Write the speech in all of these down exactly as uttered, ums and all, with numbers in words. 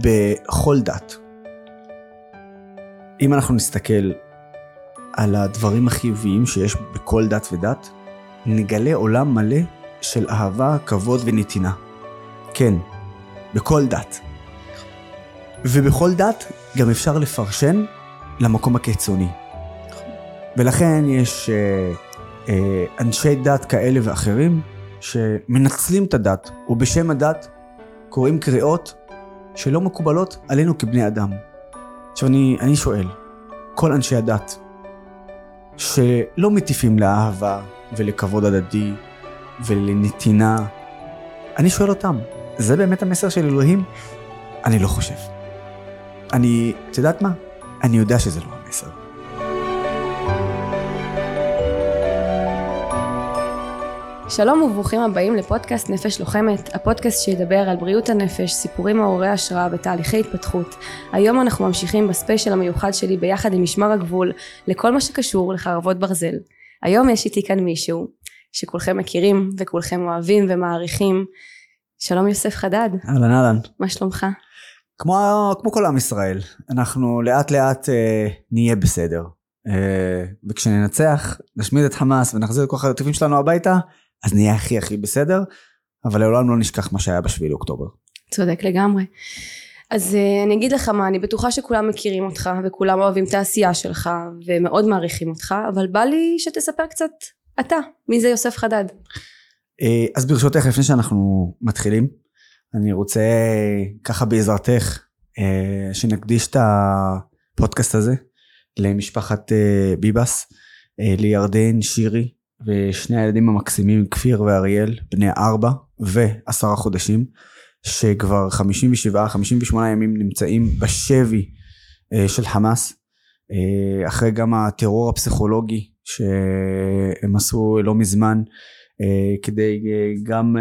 בכל דת. אם אנחנו נסתכל על הדברים החיוביים שיש בכל דת ודת, נגלה עולם מלא של אהבה, כבוד ונתינה. כן, בכל דת. ובכל דת גם אפשר לפרשן למקום הקיצוני. ולכן יש אה, אה, אנשי דת כאלה ואחרים שמנצלים את הדת, ובשם הדת קוראים קריאות שלא מקובלות עלינו כבני אדם. עכשיו אני, אני שואל, כל אנשי הדת שלא מטיפים לאהבה ולכבוד הדדי ולנתינה, אני שואל אותם, זה באמת המסר של אלוהים? אני לא חושב. אני, את יודעת מה? אני יודע שזה לא המסר. שלום וברוכים הבאים לפודקאסט נפש לוחמת, הפודקאסט שידבר על בריאות הנפש, סיפורים מעוררי השראה ותהליכי התפתחות. היום אנחנו ממשיכים בספיישל המיוחד שלי ביחד עם משמר הגבול לכל מה שקשור לחרבות ברזל. היום יש איתי כאן מישהו שכולכם מכירים וכולכם אוהבים ומעריכים. שלום יוסף חדד. אהלן אהלן. מה שלומך? כמו, כמו כל עם ישראל, אנחנו לאט לאט אה, נהיה בסדר. אה, וכשננצח, נשמיד את חמאס ונחזיר את כל החטופים שלנו הביתה, אז נהיה הכי הכי בסדר, אבל לעולם לא נשכח מה שהיה בשביעי לאוקטובר. צודק לגמרי. אז uh, אני אגיד לך מה, אני בטוחה שכולם מכירים אותך, וכולם אוהבים את העשייה שלך, ומאוד מעריכים אותך, אבל בא לי שתספר קצת אתה, מי זה יוסף חדד? Uh, אז ברשותך, לפני שאנחנו מתחילים, אני רוצה ככה בעזרתך, uh, שנקדיש את הפודקאסט הזה, למשפחת uh, ביבס, uh, לירדן, שירי, ושני הילדים המקסימים, כפיר ואריאל, בני ארבע ועשרה חודשים, שכבר חמישים ושבעה, חמישים ושמונה ימים נמצאים בשבי של חמאס, אחרי גם הטרור הפסיכולוגי שהם עשו לא מזמן, כדי גם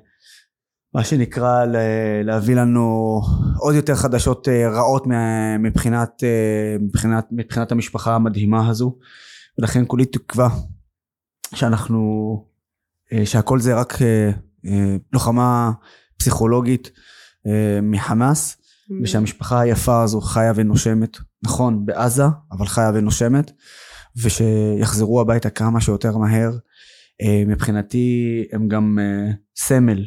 מה שנקרא להביא לנו עוד יותר חדשות רעות מבחינת, מבחינת, מבחינת המשפחה המדהימה הזו, ולכן כולי תקווה שאנחנו, שהכל זה רק לוחמה פסיכולוגית מחמאס, ושהמשפחה היפה הזו חיה ונושמת, נכון, בעזה, אבל חיה ונושמת, ושיחזרו הביתה כמה שיותר מהר. מבחינתי הם גם סמל,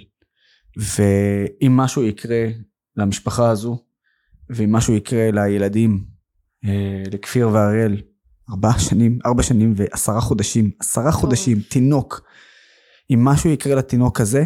ואם משהו יקרה למשפחה הזו, ואם משהו יקרה לילדים, לכפיר ואריאל, ארבע שנים, ארבע שנים ועשרה חודשים, עשרה חודשים, תינוק. אם משהו יקרה לתינוק הזה,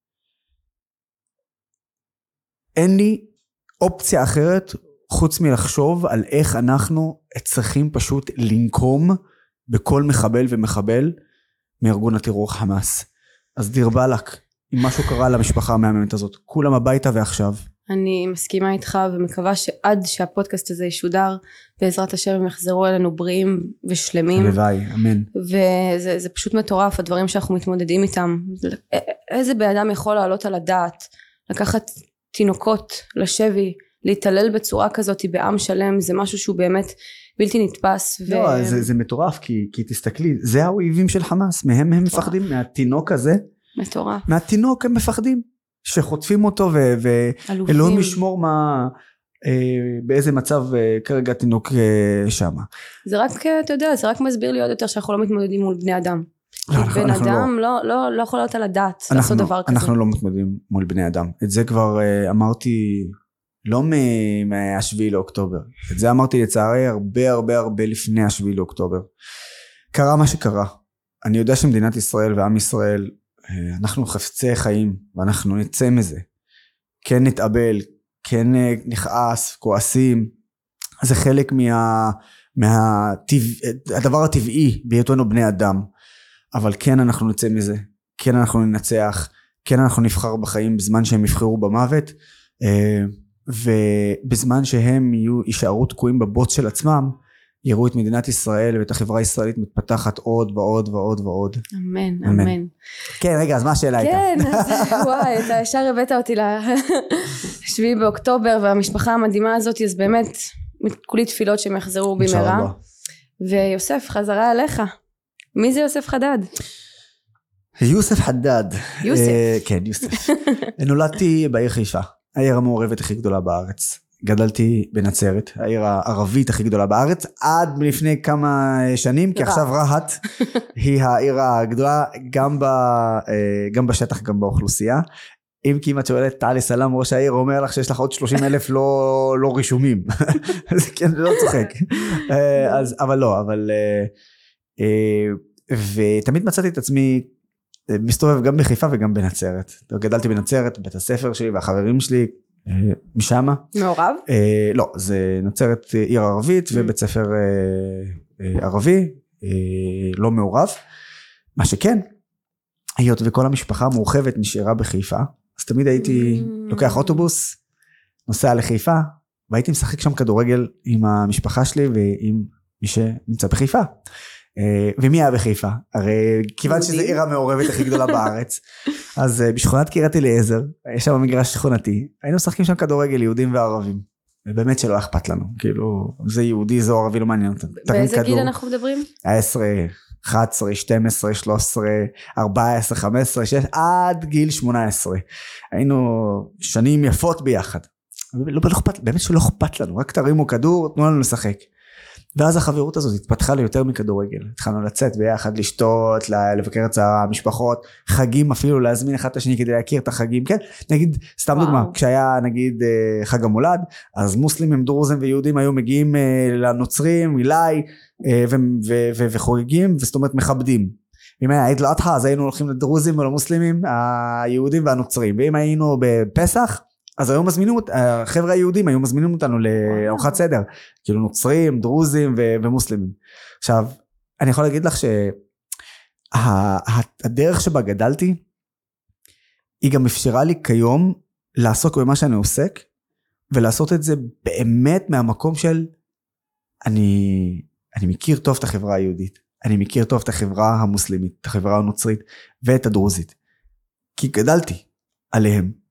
אין לי אופציה אחרת, חוץ מלחשוב על איך אנחנו צריכים פשוט לנקום בכל מחבל ומחבל מארגון הטרור חמאס. אז דיר בלק, אם משהו קרה למשפחה המהממת הזאת, כולם הביתה ועכשיו. אני מסכימה איתך ומקווה שעד שהפודקאסט הזה ישודר, בעזרת השם הם יחזרו אלינו בריאים ושלמים. הלוואי, אמן. וזה זה פשוט מטורף, הדברים שאנחנו מתמודדים איתם. איזה בן אדם יכול לעלות על הדעת, לקחת תינוקות לשבי, להתעלל בצורה כזאת בעם שלם, זה משהו שהוא באמת בלתי נתפס. לא, ו... זה, זה מטורף, כי, כי תסתכלי, זה האויבים של חמאס, מהם הם מפחדים, מהתינוק הזה. מטורף. מהתינוק הם מפחדים. שחוטפים אותו ואלוהים ישמור מה, באיזה מצב כרגע תינוק שם. זה רק, אתה יודע, זה רק מסביר לי עוד יותר שאנחנו לא מתמודדים מול בני אדם. בן אדם לא, לא, לא יכול להיות על הדעת לעשות דבר כזה. אנחנו לא מתמודדים מול בני אדם. את זה כבר אמרתי לא מהשביעי לאוקטובר. את זה אמרתי לצערי הרבה הרבה הרבה לפני השביעי לאוקטובר. קרה מה שקרה. אני יודע שמדינת ישראל ועם ישראל, אנחנו חפצי חיים, ואנחנו נצא מזה. כן נתאבל, כן נכעס, כועסים. זה חלק מה, מה, הדבר הטבעי בהיותנו בני אדם. אבל כן אנחנו נצא מזה. כן אנחנו ננצח. כן אנחנו נבחר בחיים בזמן שהם יבחרו במוות. ובזמן שהם יהיו, יישארו תקועים בבוץ של עצמם, יראו את מדינת ישראל ואת החברה הישראלית מתפתחת עוד ועוד ועוד ועוד. אמן, אמן. כן, רגע, אז מה השאלה הייתה? כן, וואי, אתה ישר הבאת אותי לשביעי באוקטובר, והמשפחה המדהימה הזאת, אז באמת, כולי תפילות שהם יחזרו במהרה. ויוסף, חזרה אליך. מי זה יוסף חדד? יוסף חדד. יוסף. כן, יוסף. נולדתי בעיר חיפה. העיר המעורבת הכי גדולה בארץ. גדלתי בנצרת, העיר הערבית הכי גדולה בארץ, עד לפני כמה שנים, כי עכשיו רהט היא העיר הגדולה, גם, ב, גם בשטח, גם באוכלוסייה. אם כי אם את שואלת, טלי סלאם, ראש העיר, אומר לך שיש לך עוד שלושים אלף לא, לא רישומים. אז כן, לא צוחק. אז, אבל לא, אבל... ותמיד מצאתי את עצמי, מסתובב גם בחיפה וגם בנצרת. גדלתי בנצרת, בית הספר שלי והחברים שלי, משם. מעורב? לא, זה נצרת עיר ערבית ובית ספר ערבי, לא מעורב. מה שכן, היות וכל המשפחה המורחבת נשארה בחיפה, אז תמיד הייתי לוקח אוטובוס, נוסע לחיפה, והייתי משחק שם כדורגל עם המשפחה שלי ועם מי שנמצא בחיפה. ומי היה בחיפה? הרי כיוון שזה עיר המעורבת הכי גדולה בארץ, אז בשכונת קריית אליעזר, יש שם מגרש שכונתי, היינו משחקים שם כדורגל יהודים וערבים, ובאמת שלא אכפת לנו, כאילו זה יהודי, זה ערבי, לא מעניין אותנו. באיזה גיל אנחנו מדברים? עשרה, אחת עשרה, שתים עשרה, שלוש עשרה, ארבע עשרה, חמש עשרה, שש עשרה, עד גיל שמונה עשרה. היינו שנים יפות ביחד. לא, לא אכפת, באמת שלא אכפת לנו, רק תרימו כדור, תנו לנו לשחק. ואז החברות הזאת התפתחה לי יותר מכדורגל. התחלנו לצאת ביחד, לשתות, לבקר את המשפחות, חגים אפילו, להזמין אחד את השני כדי להכיר את החגים. כן, נגיד, סתם וואו. דוגמה, כשהיה נגיד חג המולד, אז מוסלימים, דרוזים ויהודים היו מגיעים לנוצרים, אליי, וחוגגים, וזאת אומרת מכבדים. אם היה עיד לאדחא, אז היינו הולכים לדרוזים ולמוסלימים, היהודים והנוצרים. ואם היינו בפסח, אז היו מזמינים, החבר'ה היהודים היו מזמינים אותנו לארוחת סדר, כאילו נוצרים, דרוזים ו- ומוסלמים. עכשיו, אני יכול להגיד לך שהדרך שבה גדלתי, היא גם אפשרה לי כיום לעסוק במה שאני עוסק, ולעשות את זה באמת מהמקום של, אני, אני מכיר טוב את החברה היהודית, אני מכיר טוב את החברה המוסלמית, את החברה הנוצרית, ואת הדרוזית, כי גדלתי עליהם.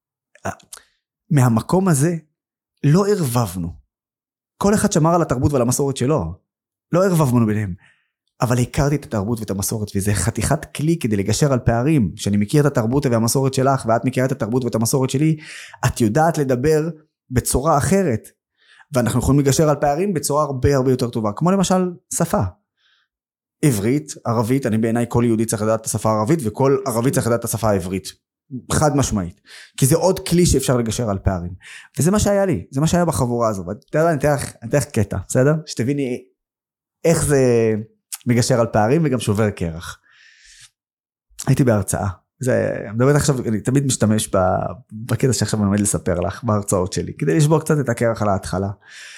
מהמקום הזה לא ערבבנו, כל אחד שמר על התרבות ועל המסורת שלו, לא ערבבנו ביניהם, אבל הכרתי את התרבות ואת המסורת, וזה חתיכת כלי כדי לגשר על פערים, שאני מכיר את התרבות והמסורת שלך, ואת מכירה את התרבות ואת המסורת שלי, את יודעת לדבר בצורה אחרת, ואנחנו יכולים לגשר על פערים בצורה הרבה הרבה יותר טובה, כמו למשל שפה, עברית, ערבית, אני בעיניי כל יהודי צריך לדעת את השפה הערבית, וכל ערבי צריך לדעת את השפה העברית, חד משמעית, כי זה עוד כלי שאפשר לגשר על פערים, וזה מה שהיה לי, זה מה שהיה בחבורה הזו, ואני אתן לך קטע, בסדר? שתביני איך זה מגשר על פערים וגם שובר קרח. הייתי בהרצאה, זה, אני מדבר עכשיו, אני תמיד משתמש בקטע שעכשיו אני עומד לספר לך, בהרצאות שלי, כדי לשבור קצת את הקרח על ההתחלה,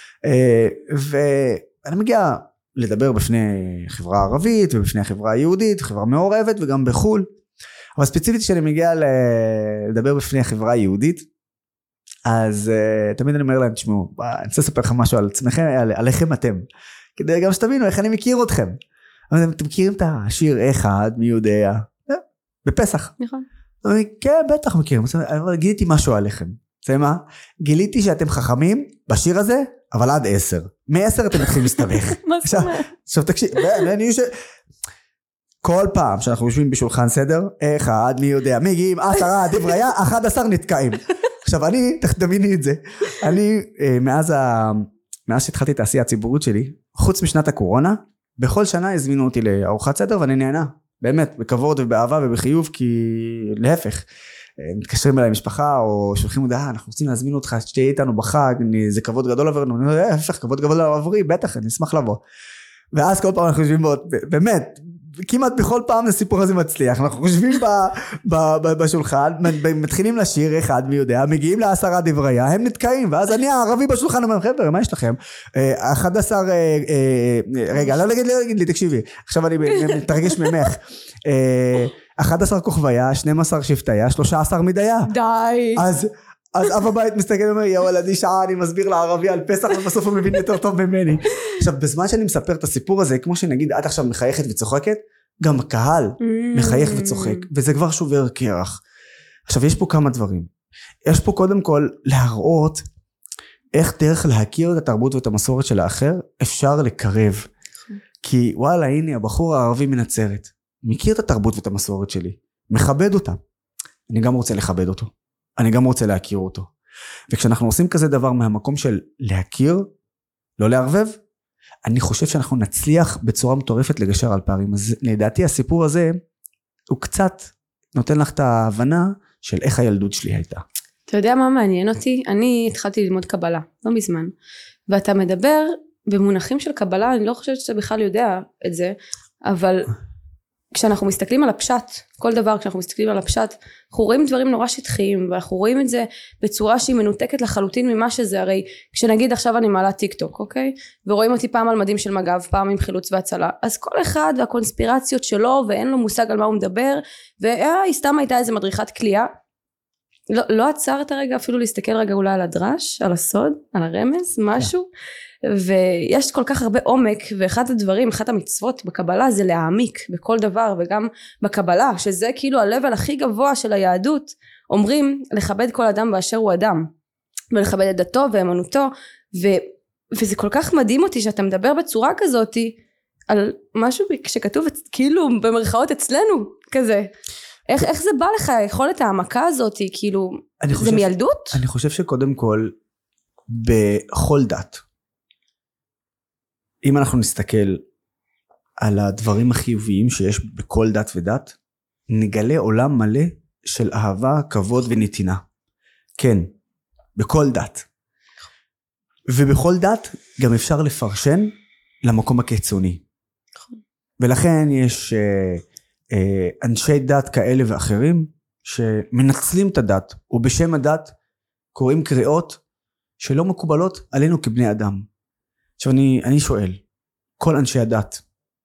ואני מגיע לדבר בפני חברה ערבית, ובפני החברה היהודית, חברה מעורבת, וגם בחול, אבל ספציפית כשאני מגיע לדבר בפני החברה היהודית, אז uh, תמיד אני אומר להם, תשמעו, אני רוצה לספר לך משהו על עצמכם, על, עליכם אתם, כדי גם שתבינו איך אני מכיר אתכם. אבל אתם מכירים את השיר אחד מי יודע, בפסח. נכון. אני, כן, בטח מכירים, אבל גיליתי משהו עליכם. זה מה? גיליתי שאתם חכמים בשיר הזה, אבל עד עשר. מעשר אתם מתחילים להסתבך. מה זאת אומרת? עכשיו תקשיב, אני ש... כל פעם שאנחנו יושבים בשולחן סדר, אחד, מי יודע, מגיעים עשרה דבריה, אחד עשר נתקעים. עכשיו אני, תדמייני את זה, אני מאז, ה... מאז שהתחלתי את העשייה הציבורית שלי, חוץ משנת הקורונה, בכל שנה הזמינו אותי לארוחת סדר ואני נהנה, באמת, בכבוד ובאהבה ובחיוב, כי להפך, מתקשרים אליי משפחה או שולחים הודעה, אנחנו רוצים להזמין אותך שתהיה איתנו בחג, זה כבוד גדול עברנו, אני אומר, להפך, כבוד גדול עברי, בטח, אני אשמח לבוא. ואז כל פעם אנחנו יושבים בו, באמת, כמעט בכל פעם הסיפור הזה מצליח, אנחנו חושבים ב, ב, ב, בשולחן, מתחילים לשיר אחד מי יודע, מגיעים לעשרה דבריה, הם נתקעים, ואז אני הערבי בשולחן אומר, חבר'ה, מה יש לכם? אחד עשר, רגע, לא להגיד לי, לא להגיד לי, תקשיבי, עכשיו אני מתרגש ממך, אחד עשר כוכביה, שנים עשר שבטיה, שלושה עשר מדיה. די. אז... אז אב הבית מסתכל ואומר, יא וולדי שעה, אני מסביר לערבי על פסח, ובסוף הוא מבין יותר טוב ממני. עכשיו, בזמן שאני מספר את הסיפור הזה, כמו שנגיד, את עכשיו מחייכת וצוחקת, גם הקהל מחייך וצוחק, וזה כבר שובר קרח. עכשיו, יש פה כמה דברים. יש פה קודם כל להראות, איך דרך להכיר את התרבות ואת המסורת של האחר, אפשר לקרב. כי וואלה, הנה, הבחור הערבי מנצרת, מכיר את התרבות ואת המסורת שלי, מכבד אותה. אני גם רוצה לכבד אותו. אני גם רוצה להכיר אותו. וכשאנחנו עושים כזה דבר מהמקום של להכיר, לא לערבב, אני חושב שאנחנו נצליח בצורה מטורפת לגשר על פערים. אז לדעתי הסיפור הזה, הוא קצת נותן לך את ההבנה של איך הילדות שלי הייתה. אתה יודע מה מעניין אותי? אני התחלתי ללמוד קבלה, לא מזמן. ואתה מדבר במונחים של קבלה, אני לא חושבת שאתה בכלל יודע את זה, אבל כשאנחנו מסתכלים על הפשט, כל דבר כשאנחנו מסתכלים על הפשט, אנחנו רואים דברים נורא שטחיים, ואנחנו רואים את זה בצורה שהיא מנותקת לחלוטין ממה שזה, הרי כשנגיד עכשיו אני מעלה טיק טוק, אוקיי? ורואים אותי פעם על מדים של מג"ב, פעם עם חילוץ והצלה, אז כל אחד והקונספירציות שלו, ואין לו מושג על מה הוא מדבר, והיא סתם הייתה איזה מדריכת קליעה, לא, לא עצרת רגע אפילו להסתכל רגע אולי על הדרש, על הסוד, על הרמז, משהו, ויש כל כך הרבה עומק, ואחד הדברים, אחת המצוות בקבלה זה להעמיק בכל דבר, וגם בקבלה, שזה כאילו הלבל הכי גבוה של היהדות, אומרים לכבד כל אדם באשר הוא אדם, ולכבד את דתו ואמונתו, ו, וזה כל כך מדהים אותי שאתה מדבר בצורה כזאת, על משהו שכתוב כאילו במרכאות אצלנו, כזה. איך, איך זה בא לך, יכולת העמקה הזאת, כאילו, זה מילדות? אני חושב שקודם כל, בכל דת, אם אנחנו נסתכל על הדברים החיוביים שיש בכל דת ודת, נגלה עולם מלא של אהבה, כבוד ונתינה. כן, בכל דת. ובכל דת גם אפשר לפרשן למקום הקיצוני. ולכן יש אנשי דת כאלה ואחרים שמנצלים את הדת, ובשם הדת קוראים קריאות שלא מקובלות עלינו כבני אדם. עכשיו אני, אני שואל, כל אנשי הדת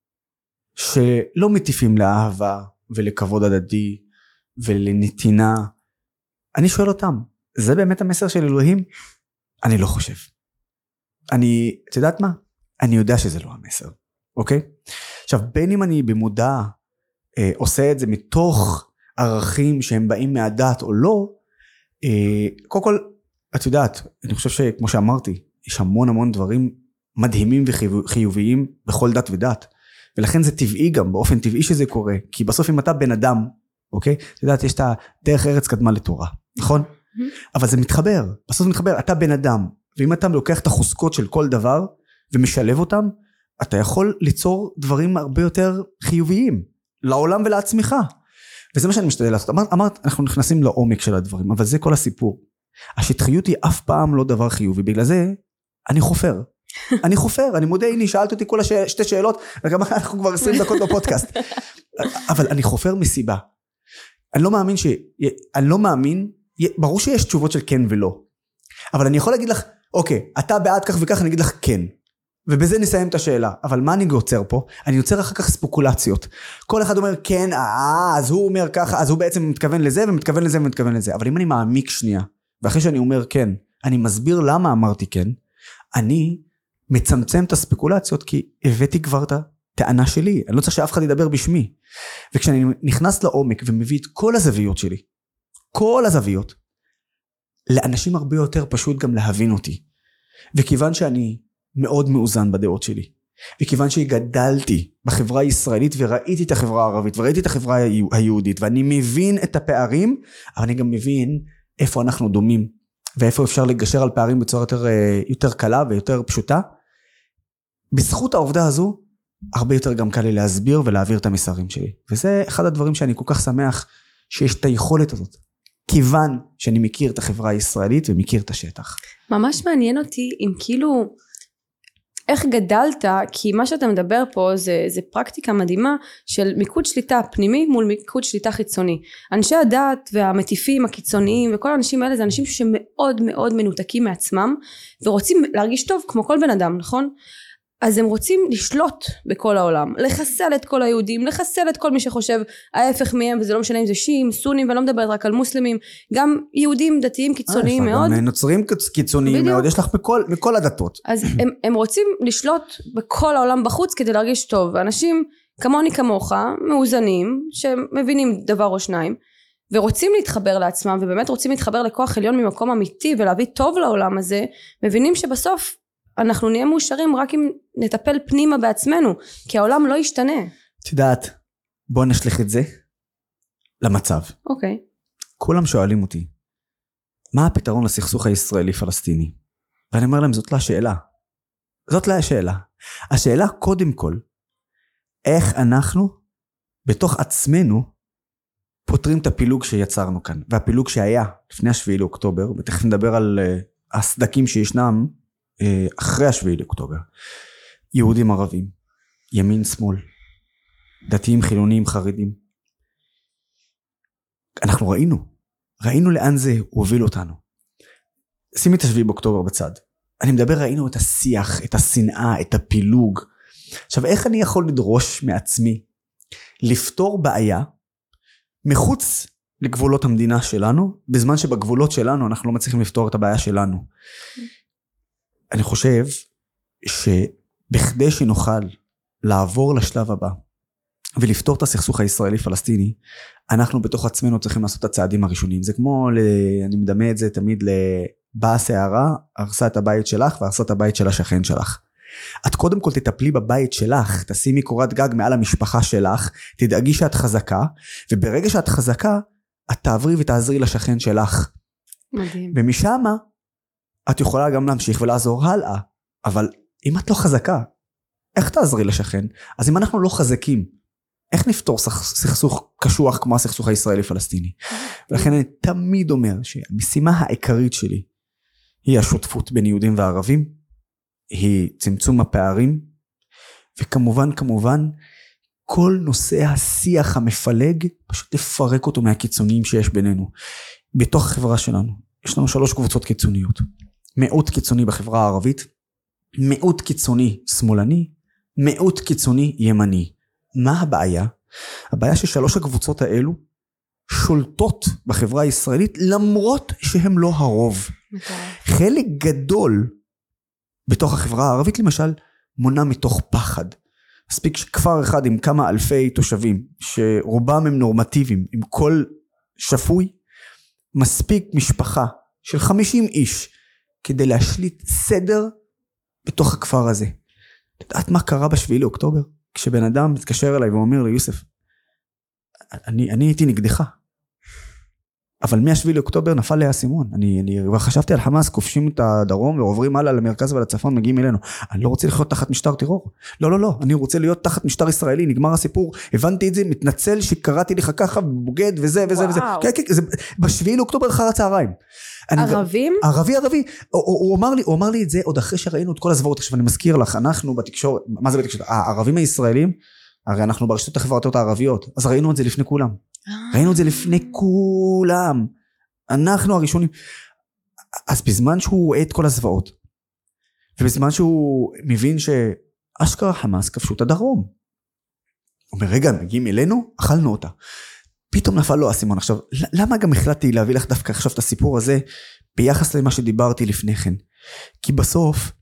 שלא מטיפים לאהבה ולכבוד הדדי ולנתינה, אני שואל אותם, זה באמת המסר של אלוהים? אני לא חושב. אני, את יודעת מה? אני יודע שזה לא המסר, אוקיי? עכשיו, בין אם אני במודע אה, עושה את זה מתוך ערכים שהם באים מהדת או לא, אה, קודם כל, את יודעת, אני חושב שכמו שאמרתי, יש המון המון דברים מדהימים וחיוביים בכל דת ודת, ולכן זה טבעי גם, באופן טבעי שזה קורה, כי בסוף אם אתה בן אדם, אוקיי? את יודעת, יש את הדרך ארץ קדמה לתורה, נכון? אבל זה מתחבר, בסוף זה מתחבר, אתה בן אדם, ואם אתה לוקח את החוזקות של כל דבר, ומשלב אותם, אתה יכול ליצור דברים הרבה יותר חיוביים, לעולם ולעצמך, וזה מה שאני משתדל לעשות. אמרת, אמרת, אנחנו נכנסים לעומק של הדברים, אבל זה כל הסיפור. השטחיות היא אף פעם לא דבר חיובי, בגלל זה אני חופר. אני חופר, אני מודה, הנה, שאלת אותי כל השתי השאל, שאלות, וגם אנחנו כבר עשרים דקות בפודקאסט. אבל אני חופר מסיבה. אני לא מאמין ש... אני לא מאמין, ברור שיש תשובות של כן ולא. אבל אני יכול להגיד לך, אוקיי, אתה בעד כך וכך, אני אגיד לך כן. ובזה נסיים את השאלה. אבל מה אני יוצר פה? אני יוצר אחר כך ספקולציות. כל אחד אומר כן, אה, אז הוא אומר ככה, אז הוא בעצם מתכוון לזה, ומתכוון לזה, ומתכוון לזה. אבל אם אני מעמיק שנייה, ואחרי שאני אומר כן, אני מסביר למה אמרתי כן, אני מצמצם את הספקולציות, כי הבאתי כבר את הטענה שלי. אני לא צריך שאף אחד ידבר בשמי. וכשאני נכנס לעומק ומביא את כל הזוויות שלי, כל הזוויות, לאנשים הרבה יותר פשוט גם להבין אותי. וכיוון שאני מאוד מאוזן בדעות שלי, וכיוון שגדלתי בחברה הישראלית וראיתי את החברה הערבית וראיתי את החברה היהודית, ואני מבין את הפערים, אבל אני גם מבין איפה אנחנו דומים, ואיפה אפשר לגשר על פערים בצורה יותר, יותר קלה ויותר פשוטה. בזכות העובדה הזו, הרבה יותר גם קל לי להסביר ולהעביר את המסרים שלי. וזה אחד הדברים שאני כל כך שמח שיש את היכולת הזאת. כיוון שאני מכיר את החברה הישראלית ומכיר את השטח. ממש מעניין אותי אם כאילו, איך גדלת, כי מה שאתה מדבר פה זה, זה פרקטיקה מדהימה של מיקוד שליטה פנימי מול מיקוד שליטה חיצוני. אנשי הדת והמטיפים הקיצוניים וכל האנשים האלה זה אנשים שמאוד מאוד מנותקים מעצמם ורוצים להרגיש טוב כמו כל בן אדם, נכון? אז הם רוצים לשלוט בכל העולם, לחסל את כל היהודים, לחסל את כל מי שחושב ההפך מהם, וזה לא משנה אם זה שיעים, סונים, ואני לא מדברת רק על מוסלמים, גם יהודים דתיים קיצוניים מאוד. גם נוצרים קיצוניים מאוד, יש לך בכל, בכל הדתות. אז הם, הם רוצים לשלוט בכל העולם בחוץ כדי להרגיש טוב, ואנשים כמוני כמוך, מאוזנים, שמבינים דבר או שניים, ורוצים להתחבר לעצמם, ובאמת רוצים להתחבר לכוח עליון ממקום אמיתי, ולהביא טוב לעולם הזה, מבינים שבסוף אנחנו נהיה מאושרים רק אם נטפל פנימה בעצמנו, כי העולם לא ישתנה. את יודעת, בוא נשליך את זה למצב. אוקיי. כולם שואלים אותי, מה הפתרון לסכסוך הישראלי-פלסטיני? ואני אומר להם, זאת לא השאלה. זאת לא השאלה. השאלה קודם כל, איך אנחנו, בתוך עצמנו, פותרים את הפילוג שיצרנו כאן. והפילוג שהיה לפני השביעי לאוקטובר, ותכף נדבר על uh, הסדקים שישנם uh, אחרי השביעי לאוקטובר. יהודים ערבים, ימין שמאל, דתיים חילוניים חרדים. אנחנו ראינו, ראינו לאן זה הוביל אותנו. שימי את השביעי באוקטובר בצד. אני מדבר, ראינו את השיח, את השנאה, את הפילוג. עכשיו, איך אני יכול לדרוש מעצמי לפתור בעיה מחוץ לגבולות המדינה שלנו, בזמן שבגבולות שלנו אנחנו לא מצליחים לפתור את הבעיה שלנו? אני חושב שבכדי שנוכל לעבור לשלב הבא, ולפתור את הסכסוך הישראלי-פלסטיני, אנחנו בתוך עצמנו צריכים לעשות את הצעדים הראשונים. זה כמו, אני מדמה את זה תמיד, באה שערה, הרסה את הבית שלך, והרסה את הבית של השכן שלך. את קודם כל תטפלי בבית שלך, תשימי קורת גג מעל המשפחה שלך, תדאגי שאת חזקה, וברגע שאת חזקה, את תעברי ותעזרי לשכן שלך. מדהים. ומשם, את יכולה גם להמשיך ולעזור הלאה. אבל אם את לא חזקה, איך תעזרי לשכן? אז אם אנחנו לא חזקים, איך נפתור סכסוך קשוח כמו הסכסוך הישראלי-פלסטיני? ולכן אני תמיד אומר שהמשימה העיקרית שלי היא השותפות בין יהודים וערבים, היא צמצום הפערים, וכמובן כמובן כל נושא השיח המפלג, פשוט לפרק אותו מהקיצוניים שיש בינינו. בתוך החברה שלנו יש לנו שלוש קבוצות קיצוניות. מיעוט קיצוני בחברה הערבית, מיעוט קיצוני שמאלני, מיעוט קיצוני ימני. מה הבעיה? הבעיה ששלוש הקבוצות האלו שולטות בחברה הישראלית למרות שהם לא הרוב. חלק גדול בתוך החברה הערבית למשל מונע מתוך פחד. מספיק שכפר אחד עם כמה אלפי תושבים שרובם הם נורמטיביים, עם כל שפוי, מספיק משפחה של חמישים איש כדי להשליט סדר בתוך הכפר הזה. תדעת מה קרה בשביעי לאוקטובר? כשבן אדם מתקשר אליי ואומר לי, יוסף, אני, אני הייתי נגדך. אבל מהשביעי לאוקטובר נפל לי האסימון. אני, אני חשבתי על חמאס, כובשים את הדרום ועוברים הלאה למרכז ולצפון, מגיעים אלינו. אני לא רוצה לחיות תחת משטר טרור. לא, לא, לא. אני רוצה להיות תחת משטר ישראלי. נגמר הסיפור. הבנתי את זה, מתנצל שקראתי לך ככה, בוגד וזה וזה וזה. כן, כן, זה בשביעי לאוקטובר אחר הצהריים. ערבים? ערבי, ערבי. הוא, הוא, אמר לי, הוא אמר לי את זה עוד אחרי שראינו את כל הזוועות. עכשיו אני מזכיר לך, אנחנו בתקשורת, מה זה בתקשורת? הערבים הישראלים, הרי אנחנו ברשתות החברתיות הערביות, אז ראינו את זה לפני כולם. ראינו את זה לפני כולם. אנחנו הראשונים. אז בזמן שהוא רואה את כל הזוועות, ובזמן שהוא מבין שאשכרה חמאס כבשו את הדרום, הוא אומר, רגע, מגיעים אלינו, אכלנו אותה. פתאום נפל לו האסימון. עכשיו, למה גם החלטתי להביא לך דווקא עכשיו את הסיפור הזה, ביחס למה שדיברתי לפני כן? כי בסוף,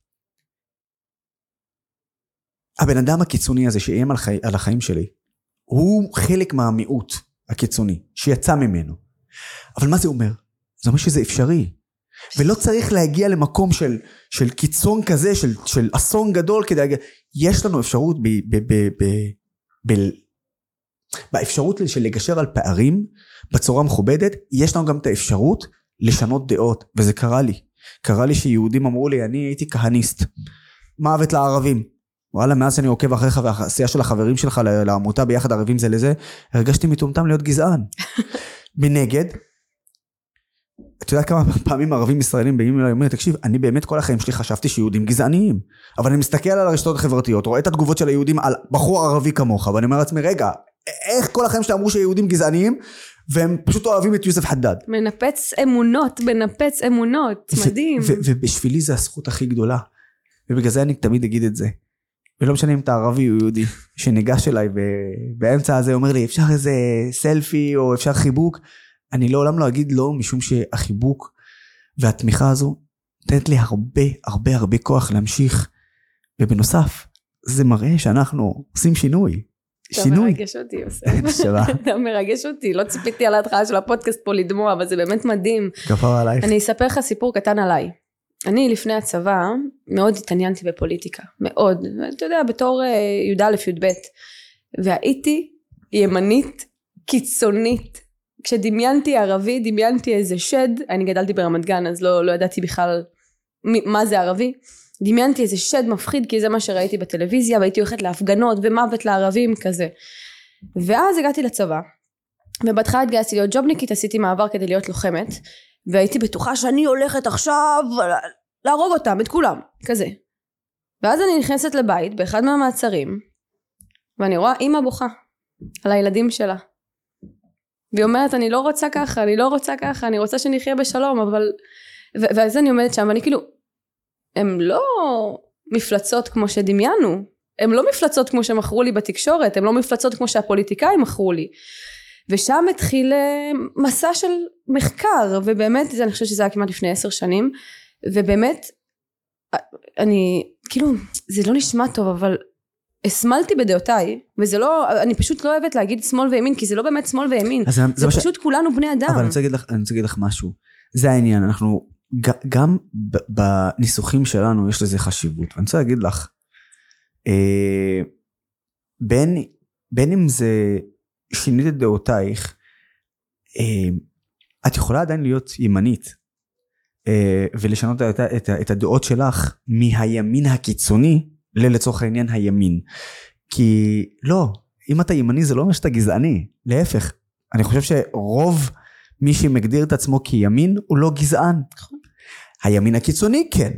הבן אדם הקיצוני הזה שאיים על, חי... על החיים שלי, הוא חלק מהמיעוט הקיצוני, שיצא ממנו. אבל מה זה אומר? זה אומר שזה אפשרי. ולא צריך להגיע למקום של, של קיצון כזה, של, של אסון גדול, כדי להגיע. יש לנו אפשרות ב, ב, ב, ב, ב, באפשרות של לגשר על פערים, בצורה מכובדת, יש לנו גם את האפשרות לשנות דעות, וזה קרה לי. קרה לי שיהודים אמרו לי, אני הייתי כהניסט. מוות לערבים. וואלה, מאז שאני עוקב אחריך והעשייה של החברים שלך לעמותה ביחד ערבים זה לזה, הרגשתי מטומטם להיות גזען. מנגד, אתה יודע כמה פעמים ערבים ישראלים באים אליי, אומרים, תקשיב, אני באמת כל החיים שלי חשבתי שיהודים גזעניים, אבל אני מסתכל על הרשתות החברתיות, רואה את התגובות של היהודים על בחור ערבי כמוך, ואני אומר לעצמי, רגע, איך כל החיים שלי אמרו שיהודים גזעניים, והם פשוט אוהבים את יוסף חדד. מנפץ אמונות, מנפץ אמונות, מדהים. ובשבילי זה הזכות הכי גדולה, ובגלל זה אני תמיד אגיד את זה. ולא משנה אם אתה ערבי או יהודי, שניגש אליי באמצע הזה, אומר לי, אפשר איזה סלפי או אפשר חיבוק, אני לעולם לא אגיד לא, משום שהחיבוק והתמיכה הזו, נתנת לי הרבה הרבה הרבה כוח להמשיך, ובנוסף, זה מראה שאנחנו עושים שינוי. אתה שינוי. מרגש אותי, יוסף. אתה מרגש אותי, לא ציפיתי על ההתחלה של הפודקאסט פה לדמוע, אבל זה באמת מדהים. כפר עלייך. אני אספר לך סיפור קטן עליי. אני לפני הצבא מאוד התעניינתי בפוליטיקה, מאוד, אתה יודע, בתור י"א י"ב, והייתי ימנית קיצונית כשדמיינתי ערבי, דמיינתי איזה שד, אני גדלתי ברמת גן, אז לא, לא ידעתי בכלל מה זה ערבי, דמיינתי איזה שד מפחיד, כי זה מה שראיתי בטלוויזיה, והייתי הולכת להפגנות ומוות לערבים כזה. ואז הגעתי לצבא, ובהתחלה התגייסתי להיות ג'ובניקית, עשיתי מעבר כדי להיות לוחמת, והייתי בטוחה שאני הולכת עכשיו להרוג אותם, את כולם, כזה. ואז אני נכנסת לבית, באחד מהמעצרים, ואני רואה אמא בוכה, על הילדים שלה. והיא אומרת, אני לא רוצה ככה, אני לא רוצה ככה, אני רוצה שנחיה בשלום, אבל... ו- ואז אני עומדת שם, ואני כאילו, הם לא מפלצות כמו שדמיינו, הם לא מפלצות כמו שמכרו לי בתקשורת, הם לא מפלצות כמו שהפוליטיקאים מכרו לי. ושם התחיל מסע של מחקר, ובאמת, אני חושבת שזה היה כמעט לפני עשר שנים, ובאמת, אני, כאילו, זה לא נשמע טוב, אבל הסמלתי בדעותיי, וזה לא, אני פשוט לא אוהבת להגיד שמאל וימין, כי זה לא באמת שמאל וימין, זה, זה פשוט ש... כולנו בני אדם. אבל אני רוצה להגיד לך, אני רוצה להגיד לך משהו, זה העניין, אנחנו, גם בניסוחים שלנו יש לזה חשיבות, ואני רוצה להגיד לך, אה, בין, בין אם זה שינית את דעותייך, אה, את יכולה עדיין להיות ימנית, אה, ולשנות את, את, את הדעות שלך מהימין הקיצוני, לצורך העניין הימין. כי לא, אם אתה ימני זה לא אומר שאתה גזעני, להפך, אני חושב שרוב מי שמגדיר את עצמו כימין הוא לא גזען. הימין הקיצוני כן,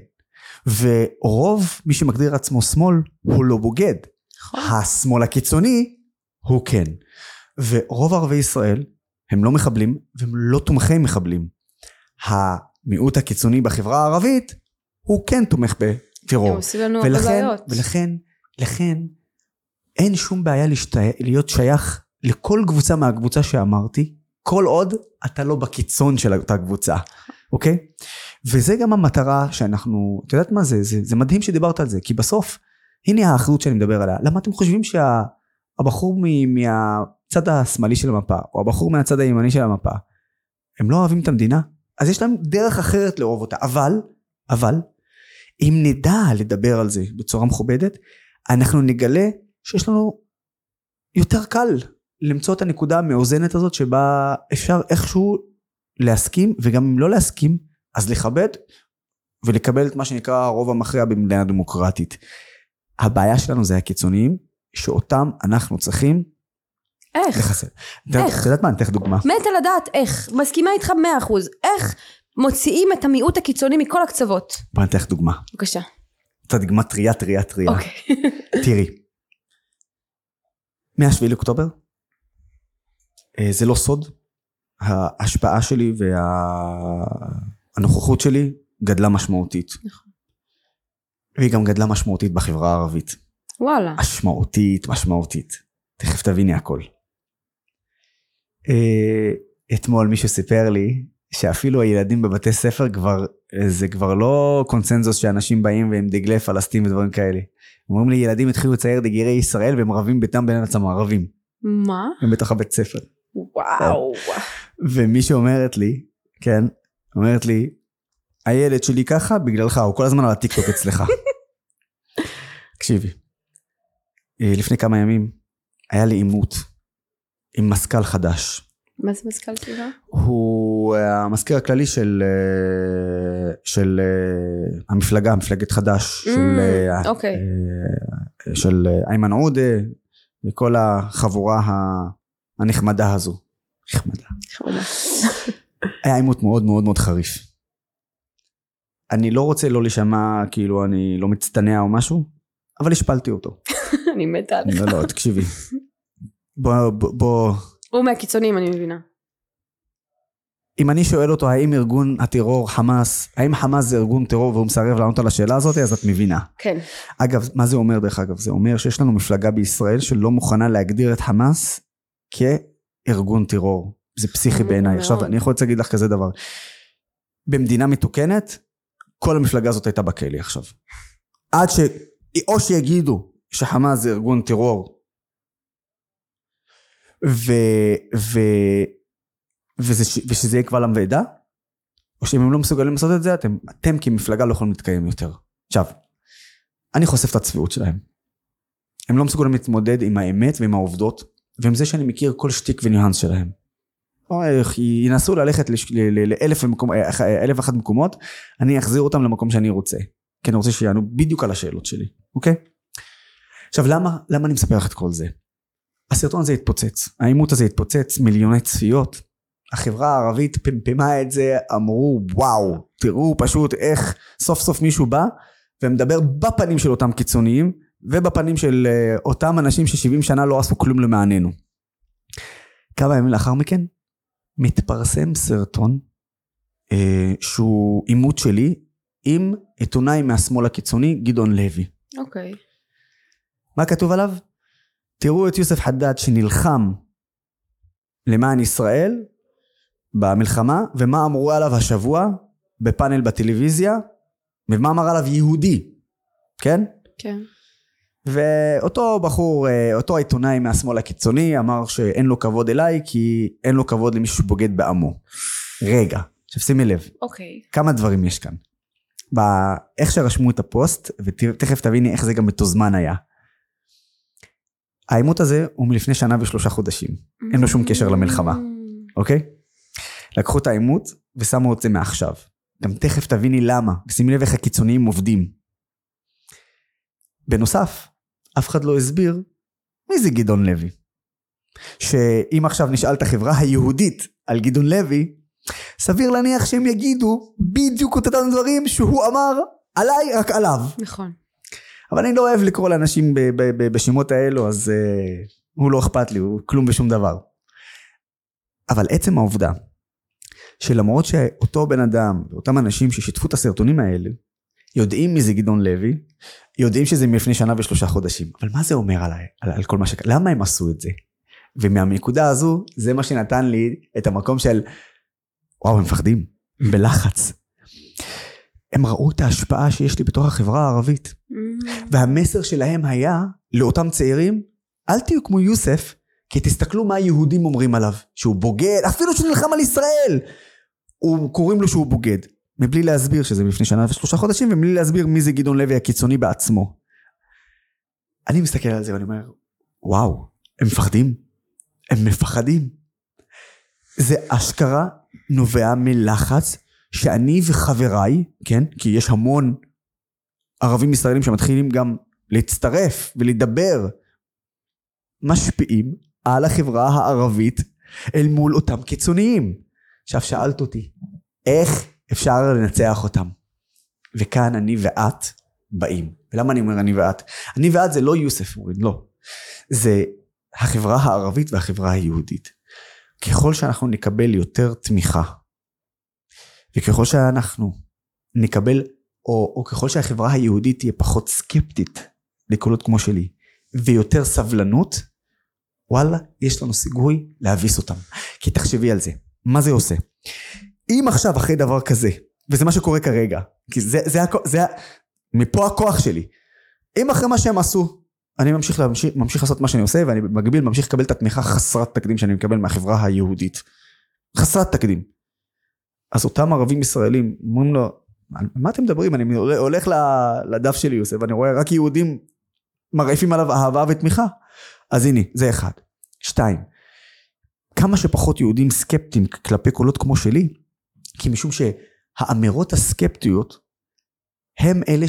ורוב מי שמגדיר עצמו שמאל הוא לא בוגד. השמאל הקיצוני הוא כן. ורוב ערבי ישראל הם לא מחבלים והם לא תומכי מחבלים. המיעוט הקיצוני בחברה הערבית הוא כן תומך בטרור. ולכן, ולכן, לכן אין שום בעיה להשתה, להיות שייך לכל קבוצה מהקבוצה שאמרתי, כל עוד אתה לא בקיצון של אותה קבוצה. אוקיי? וזה גם המטרה שאנחנו, את יודעת מה זה? זה, זה מדהים שדיברת על זה, כי בסוף, הנה האחריות שאני מדבר עליה. למה אתם חושבים שהבחור מהצד השמאלי של המפה, או הבחור מהצד הימני של המפה, הם לא אוהבים את המדינה? אז יש להם דרך אחרת לאהוב אותה. אבל, אבל, אם נדע לדבר על זה בצורה מכובדת, אנחנו נגלה שיש לנו יותר קל למצוא את הנקודה המאוזנת הזאת, שבה אפשר איכשהו להסכים, וגם אם לא להסכים, אז לכבד, ולקבל את מה שנקרא הרוב המכריע במדינה דמוקרטית. הבעיה שלנו זה הקיצוניים, שאותם אנחנו צריכים איך? לחסל. איך? את יודעת מה, אני אתן לך דוגמה. מת על הדעת, איך? מסכימה איתך מאה אחוז. איך מוציאים את המיעוט הקיצוני מכל הקצוות? בוא אני אתן לך דוגמה. בבקשה. את הדוגמה טריה, טריה, טריה. אוקיי. תראי. מהשביעי לאוקטובר, זה לא סוד, ההשפעה שלי והנוכחות שלי גדלה משמעותית. נכון. והיא גם גדלה משמעותית בחברה הערבית. וואלה. משמעותית, משמעותית. תכף תביני הכל. אתמול מישהו סיפר לי, שאפילו הילדים בבתי ספר כבר, זה כבר לא קונצנזוס שאנשים באים והם דגלי פלסטין ודברים כאלה. אומרים לי, ילדים התחילו לצייר דגלי ישראל והם רבים ביתם בין עצמם ערבים. מה? הם בתוך הבית ספר. וואו. ומישהו אומרת לי, כן, אומרת לי, הילד שלי ככה בגללך, הוא כל הזמן על הטיקטוק אצלך. תקשיבי, לפני כמה ימים היה לי עימות עם מזכ"ל חדש. מה זה מזכ"ל שלך? הוא המזכיר הכללי של, של המפלגה, מפלגת חדש, של, אוקיי. של איימן עודה, וכל החבורה הנחמדה הזו. נחמדה. נחמדה. היה עימות מאוד מאוד מאוד חריף. אני לא רוצה לא לשמע, כאילו אני לא מצטנע או משהו, אבל השפלתי אותו. אני מתה עליך. לא, לא, תקשיבי. בוא, בוא. הוא מהקיצונים, אני מבינה. אם אני שואל אותו, האם ארגון הטרור חמאס, האם חמאס זה ארגון טרור והוא מסרב לענות על השאלה הזאת, אז את מבינה. כן. אגב, מה זה אומר דרך אגב? זה אומר שיש לנו מפלגה בישראל שלא מוכנה להגדיר את חמאס כארגון טרור. זה פסיכי בעיניי. עכשיו, אני יכול להגיד לך כזה דבר. במדינה מתוקנת, כל המפלגה הזאת הייתה בכלא עכשיו. עד ש... או שיגידו שחמאס זה ארגון טרור, ו... ו... וזה... ושזה יהיה קבל עם ועדה, או שאם הם לא מסוגלים לעשות את זה, אתם, אתם כמפלגה לא יכולים להתקיים יותר. עכשיו, אני חושף את הצביעות שלהם. הם לא מסוגלים להתמודד עם האמת ועם העובדות, ועם זה שאני מכיר כל שטיק וניואנס שלהם. ינסו ללכת לאלף אלף ואחת מקומות, אני אחזיר אותם למקום שאני רוצה, כי אני רוצה שיענו בדיוק על השאלות שלי, אוקיי? עכשיו, למה, למה אני מספר לך את כל זה? הסרטון הזה התפוצץ, העימות הזה התפוצץ, מיליוני צפיות, החברה הערבית פמפמה את זה, אמרו וואו, תראו פשוט איך סוף סוף מישהו בא, ומדבר בפנים של אותם קיצוניים, ובפנים של אותם אנשים ש-שבעים שנה לא עשו כלום למעננו. כמה ימים לאחר מכן, מתפרסם סרטון, אה, שהוא עימות שלי, עם עיתונאי מהשמאל הקיצוני, גדעון לוי. אוקיי. מה כתוב עליו? תראו את יוסף חדד שנלחם למען ישראל במלחמה, ומה אמרו עליו השבוע בפאנל בטלוויזיה, ומה אמר עליו יהודי, כן? כן. ואותו בחור, אותו העיתונאי מהשמאל הקיצוני, אמר שאין לו כבוד אליי, כי אין לו כבוד למי שבוגד בעמו. רגע, עכשיו שימי לב. אוקיי. כמה דברים יש כאן. באיך שרשמו את הפוסט, ותכף תביני איך זה גם בתוזמן היה. העימות הזה הוא מלפני שנה ושלושה חודשים. אין לו שום קשר למלחמה. אוקיי? לקחו את העימות ושמו את זה מעכשיו. גם תכף תביני למה. ושימי לב איך הקיצוניים עובדים. בנוסף, אף אחד לא הסביר מי זה גדעון לוי. שאם עכשיו נשאל את החברה היהודית על גדעון לוי, סביר להניח שהם יגידו בדיוק אותם דברים שהוא אמר עליי, רק עליו. נכון. אבל אני לא אוהב לקרוא לאנשים ב- ב- ב- בשמות האלו, אז uh, הוא לא אכפת לי, הוא כלום בשום דבר. אבל עצם העובדה, שלמרות שאותו בן אדם, ואותם אנשים ששיתפו את הסרטונים האלה, יודעים מי זה גדעון לוי, יודעים שזה מלפני שנה ושלושה חודשים. אבל מה זה אומר עליי, על, על כל מה ש... למה הם עשו את זה? ומהנקודה הזו, זה מה שנתן לי את המקום של, וואו, הם מפחדים, הם בלחץ. הם ראו את ההשפעה שיש לי בתוך החברה הערבית. והמסר שלהם היה, לאותם צעירים, אל תהיו כמו יוסף, כי תסתכלו מה היהודים אומרים עליו, שהוא בוגד, אפילו שהוא נלחם על ישראל, הוא קוראים לו שהוא בוגד. מבלי להסביר שזה לפני שנה ושלושה חודשים, ומבלי להסביר מי זה גדעון לוי הקיצוני בעצמו. אני מסתכל על זה ואני אומר, וואו, הם מפחדים, הם מפחדים. זה אשכרה נובע מלחץ, שאני וחבריי, כן, כי יש המון ערבים ישראלים שמתחילים גם להצטרף ולדבר, משפיעים על החברה הערבית אל מול אותם קיצוניים. עכשיו שאלת אותי, איך אפשר לנצח אותם? וכאן אני ואת באים. ולמה אני אומר אני ואת? אני ואת זה לא יוסף מוריד, לא. זה החברה הערבית והחברה היהודית. ככל שאנחנו נקבל יותר תמיכה, וככל שאנחנו נקבל, או, או ככל שהחברה היהודית תהיה פחות סקפטית לקולות כמו שלי, ויותר סבלנות, וואלה, יש לנו סיגוי להביס אותם. כי תחשבי על זה. מה זה עושה? אם עכשיו אחרי דבר כזה, וזה מה שקורה כרגע, כי זה, זה, זה, זה, מפה הכוח שלי. אם אחרי מה שהם עשו, אני ממשיך, ממשיך, ממשיך לעשות מה שאני עושה, ואני במקביל ממשיך לקבל את התמיכה חסרת תקדים שאני מקבל מהחברה היהודית. חסרת תקדים. אז אותם ערבים ישראלים, אומרים לו, מה אתם מדברים? אני הולך לדף שלי יוסף, ואני רואה רק יהודים מרעיפים עליו אהבה ותמיכה. אז הנה, זה אחד. שתיים, כמה שפחות יהודים סקפטיים כלפי קולות כמו שלי, כי משום שהאמירות הסקפטיות, הם אלה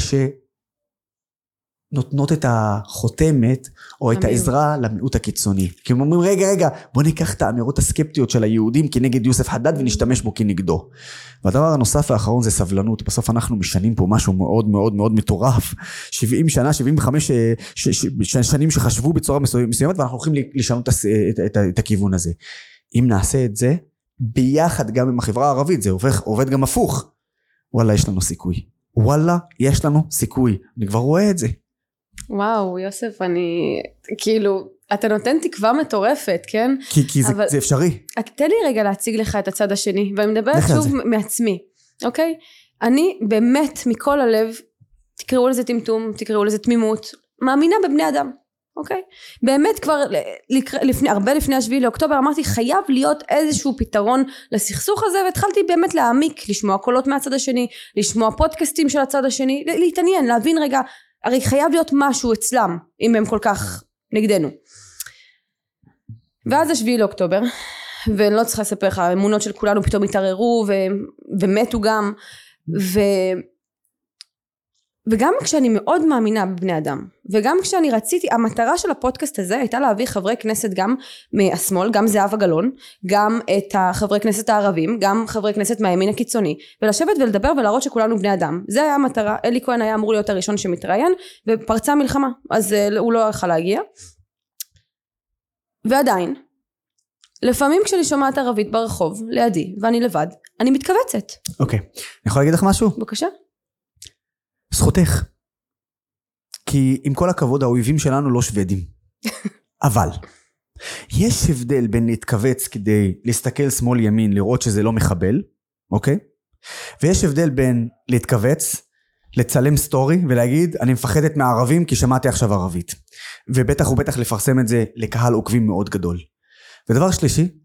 שנותנות את החותמת, או את העזרה למיעוט הקיצוני. כי הם אומרים, רגע, רגע, בוא ניקח את האמירות הסקפטיות של היהודים, כנגד יוסף חדד, ונשתמש בו כנגדו. והדבר הנוסף האחרון זה סבלנות. בסוף אנחנו משנים פה משהו מאוד מאוד מאוד מטורף. שבעים שנה, שבעים וחמש ש, ש, ש, שנים שחשבו בצורה מסוימת, ואנחנו הולכים לשנות את, את, את, את הכיוון הזה. אם נעשה את זה, ביחד גם עם החברה הערבית, זה עובד, עובד גם הפוך. וואלה, יש לנו סיכוי. וואלה, יש לנו סיכוי. אני כבר רואה את זה. וואו, יוסף, אני, כאילו, אתה נותן תקווה מטורפת, כן? כי, כי זה, זה אפשרי. תן לי רגע להציג לך את הצד השני, ואני מדברת שוב זה. מעצמי, אוקיי? אני באמת מכל הלב, תקראו לזה טמטום, תקראו לזה תמימות, מאמינה בבני אדם, אוקיי? באמת כבר לפני, הרבה לפני השביעי לאוקטובר, אמרתי, חייב להיות איזשהו פתרון לסכסוך הזה, והתחלתי באמת להעמיק, לשמוע קולות מהצד השני, לשמוע פודקאסטים של הצד השני, להתעניין, להבין רגע, הרי חייב להיות משהו אצלם, אם הם כל כך נגדנו. ואז השביעי לאוקטובר, ואני לא צריכה לספר לך, האמונות של כולנו פתאום התערערו, ו- ומתו גם, ו... וגם כשאני מאוד מאמינה בבני אדם, וגם כשאני רציתי, המטרה של הפודקאסט הזה הייתה להביא חברי כנסת גם מהשמאל, גם זהבה גלאון, גם את החברי כנסת הערבים, גם חברי כנסת מהימין הקיצוני, ולשבת ולדבר ולהראות שכולנו בני אדם. זה היה המטרה. אלי כהן היה אמור להיות הראשון שמתראיין, ופרצה מלחמה, אז הוא לא יכול להגיע. ועדיין, לפעמים כשאני שומעת ערבית ברחוב, לידי, ואני לבד, אני מתכווצת. אוקיי, אני יכול להגיד לך משהו? בבקשה. זכותך. כי עם כל הכבוד, האויבים שלנו לא שוודים. אבל, יש הבדל בין להתכווץ כדי להסתכל שמאל ימין, לראות שזה לא מחבל, אוקיי? ויש הבדל בין להתכווץ, לצלם סטורי ולהגיד, אני מפחדת מהערבים כי שמעתי עכשיו ערבית. ובטח ובטח לפרסם את זה לקהל עוקבים מאוד גדול. ודבר שלישי,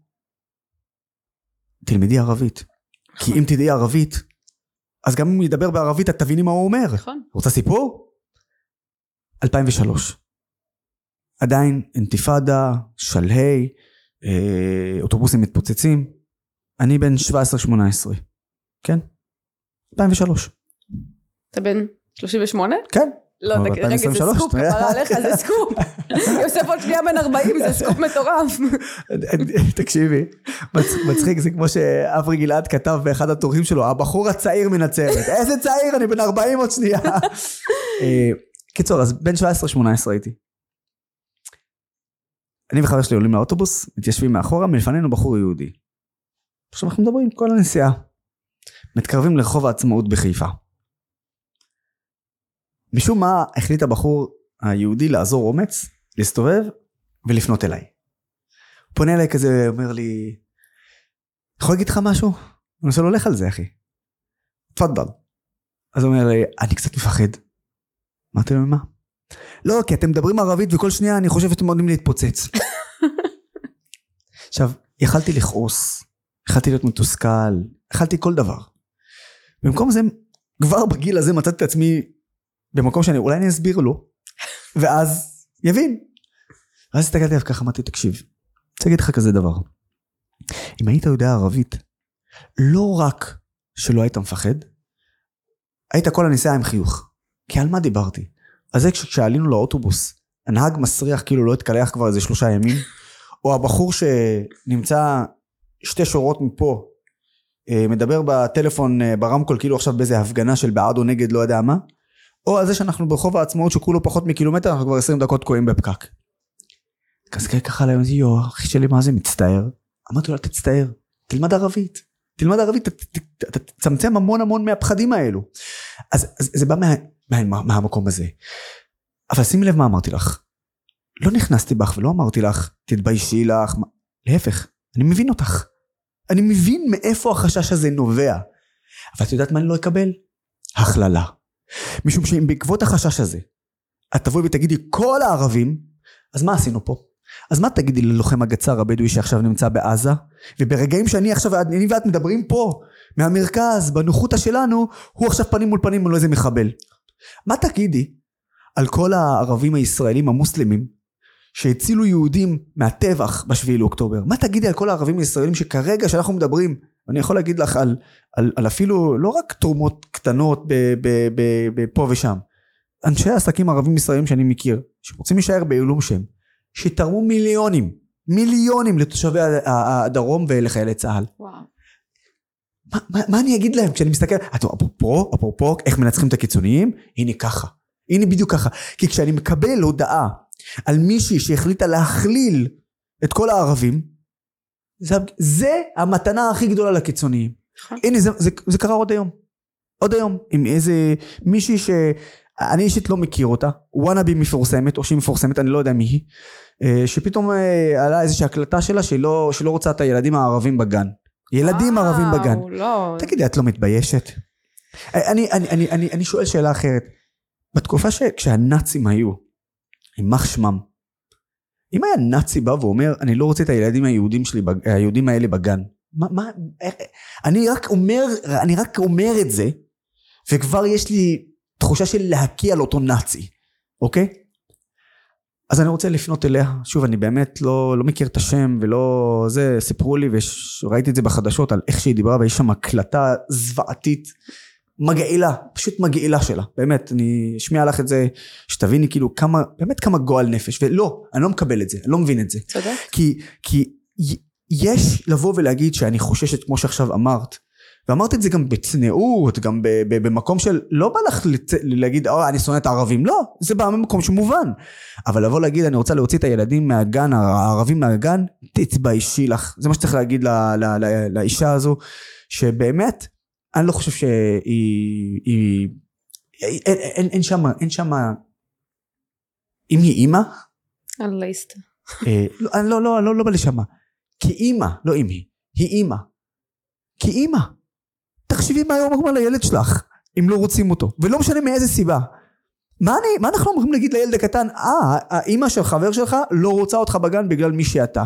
תלמדי ערבית. כי אם תדעי ערבית, אז גם אם הוא ידבר בערבית, את תביני מה הוא אומר. נכון. רוצה סיפור? אלפיים ושלוש. עדיין אינתיפאדה, שלהי, אה, אוטובוסים מתפוצצים. אני בן שבע עשרה שמונה עשרה. כן? אלפיים ושלוש. אתה בן שלושים ושמונה? כן. לא, רגע, זה סקופ, כפרה עליך, זה סקופ. יוסף עוד שנייה בן ארבעים, זה סקופ מטורף. תקשיבי, מצחיק, זה כמו שאברי גלעד כתב באחד התורים שלו, הבחור הצעיר מנצרת. איזה צעיר, אני בן ארבעים עוד שנייה. קיצור, אז בן שבע עשרה שמונה עשרה הייתי. אני וחבר שלי עולים לאוטובוס, מתיישבים מאחורה, מלפנינו בחור יהודי. עכשיו אנחנו מדברים כל הנסיעה. מתקרבים לרחוב העצמאות בחיפה. משום מה החליט הבחור היהודי לעזור אומץ, להסתובב ולפנות אליי. הוא פונה אליי כזה, אומר לי, יכול להגיד לך משהו? אני עושה לו, הולך על זה אחי. תפדל. אז הוא אומר לי, אני קצת מפחד. אמרתי לו, מה? לא, כי אתם מדברים ערבית וכל שנייה אני חושב שאתם עומדים להתפוצץ. עכשיו, יכלתי לכעוס, יכלתי להיות מתוסכל, יכלתי כל דבר. במקום זה, כבר בגיל הזה מצאתי את עצמי, במקום שאני, אולי אני אסביר לו, ואז יבין. ואז הסתכלתי עליו ככה, אמרתי, תקשיב, אני רוצה להגיד לך כזה דבר. אם היית יודע ערבית, לא רק שלא היית מפחד, היית כל הנסיעה עם חיוך. כי על מה דיברתי? אז זה כשעלינו לאוטובוס, הנהג מסריח כאילו לא התקלח כבר איזה שלושה ימים, או הבחור שנמצא שתי שורות מפה, מדבר בטלפון ברמקול כאילו עכשיו באיזה הפגנה של בעד או נגד לא יודע מה, או על זה שאנחנו ברחוב העצמאות שכולו פחות מקילומטר, אנחנו כבר עשרים דקות קועים בפקק. כזה ככה עליהם, יו, אחי שלי מה זה מצטער? אמרתי לו, תצטער, תלמד ערבית, תלמד ערבית, אתה תצמצם המון המון מהפחדים האלו. אז זה בא מהמקום הזה. אבל שימי לב מה אמרתי לך. לא נכנסתי בך ולא אמרתי לך, תתביישי לך, להפך, אני מבין אותך. אני מבין מאיפה החשש הזה נובע. אבל את יודעת מה אני לא אקבל? הכללה. משום שאם בעקבות החשש הזה, את תבואי ותגידי כל הערבים, אז מה עשינו פה? אז מה תגידי ללוחם הגצר הבדואי שעכשיו נמצא בעזה, וברגעים שאני עכשיו, אני ואת מדברים פה, מהמרכז, בנוחותה שלנו, הוא עכשיו פנים מול פנים מול איזה מחבל. מה תגידי על כל הערבים הישראלים המוסלמים, שהצילו יהודים מהטבח בשביעי לאוקטובר? מה תגידי על כל הערבים הישראלים שכרגע שאנחנו מדברים, אני יכול להגיד לך על, על, על אפילו לא רק תרומות קטנות פה ושם, אנשי העסקים ערבים ישראלים שאני מכיר, שרוצים להישאר בעילום שם, שתרמו מיליונים, מיליונים לתושבי הדרום ולחיילי צה"ל. וואו. מה, מה, מה אני אגיד להם כשאני מסתכל, אפרופו, אפרופו, איך מנצחים את הקיצוניים? הנה ככה, הנה בדיוק ככה, כי כשאני מקבל הודעה על מישהי שהחליטה להכליל את כל הערבים, זה, זה המתנה הכי גדולה לקיצוניים. הנה, זה, זה, זה קרה עוד היום. עוד היום, עם איזה מישהי שאני אישית לא מכיר אותה, וואנאבי מפורסמת, או שהיא מפורסמת, אני לא יודע מי היא, שפתאום עלה איזושהי הקלטה שלה, שלא, שלא רוצה את הילדים הערבים בגן. ילדים וואו, ערבים בגן. לא. תגידי, את לא מתביישת? אני, אני, אני, אני, אני שואל שאלה אחרת. בתקופה שכשהנאצים היו, יימח שמם, אם היה נאצי בא ואומר, אני לא רוצה את הילדים היהודים שלי, היהודים האלה בגן, מה, מה, אני רק אומר, אני רק אומר את זה, וכבר יש לי תחושה של להקיע על אותו נאצי, אוקיי? אז אני רוצה לפנות אליה, שוב אני באמת לא, לא מכיר את השם ולא זה, סיפרו לי וראיתי את זה בחדשות על איך שהיא דיברה ויש שם הקלטה זוועתית, מגעילה, פשוט מגעילה שלה, באמת אני אשמיע לך את זה, שתביני כאילו כמה, באמת כמה גועל נפש, ולא, אני לא מקבל את זה, אני לא מבין את זה, צודק. כי, כי יש לבוא ולהגיד שאני חוששת כמו שעכשיו אמרת, ואמרת את זה גם בצנעות, גם במקום של, לא בא לך להגיד, אה, אני שונא את הערבים, לא, זה בא ממקום שמובן, אבל לבוא להגיד, אני רוצה להוציא את הילדים מהגן, הערבים מהגן, תתביישי לך, זה מה שצריך להגיד לא, לא, לא, לאישה הזו, שבאמת, אני לא חושב שהיא, היא, אין, אין, אין שמה, אין שמה, אם היא אימא, אללה יסתר. לא, לא, לא, לא, לא בא לשמה, כי אימא, לא אם היא, היא אימא, כי אימא, תחשבי מה היום אומר לילד שלך, אם לא רוצים אותו, ולא משנה מאיזה סיבה. מה, אני, מה אנחנו אומרים להגיד לילד הקטן? אה, האמא של חבר שלך לא רוצה אותך בגן בגלל מי שאתה.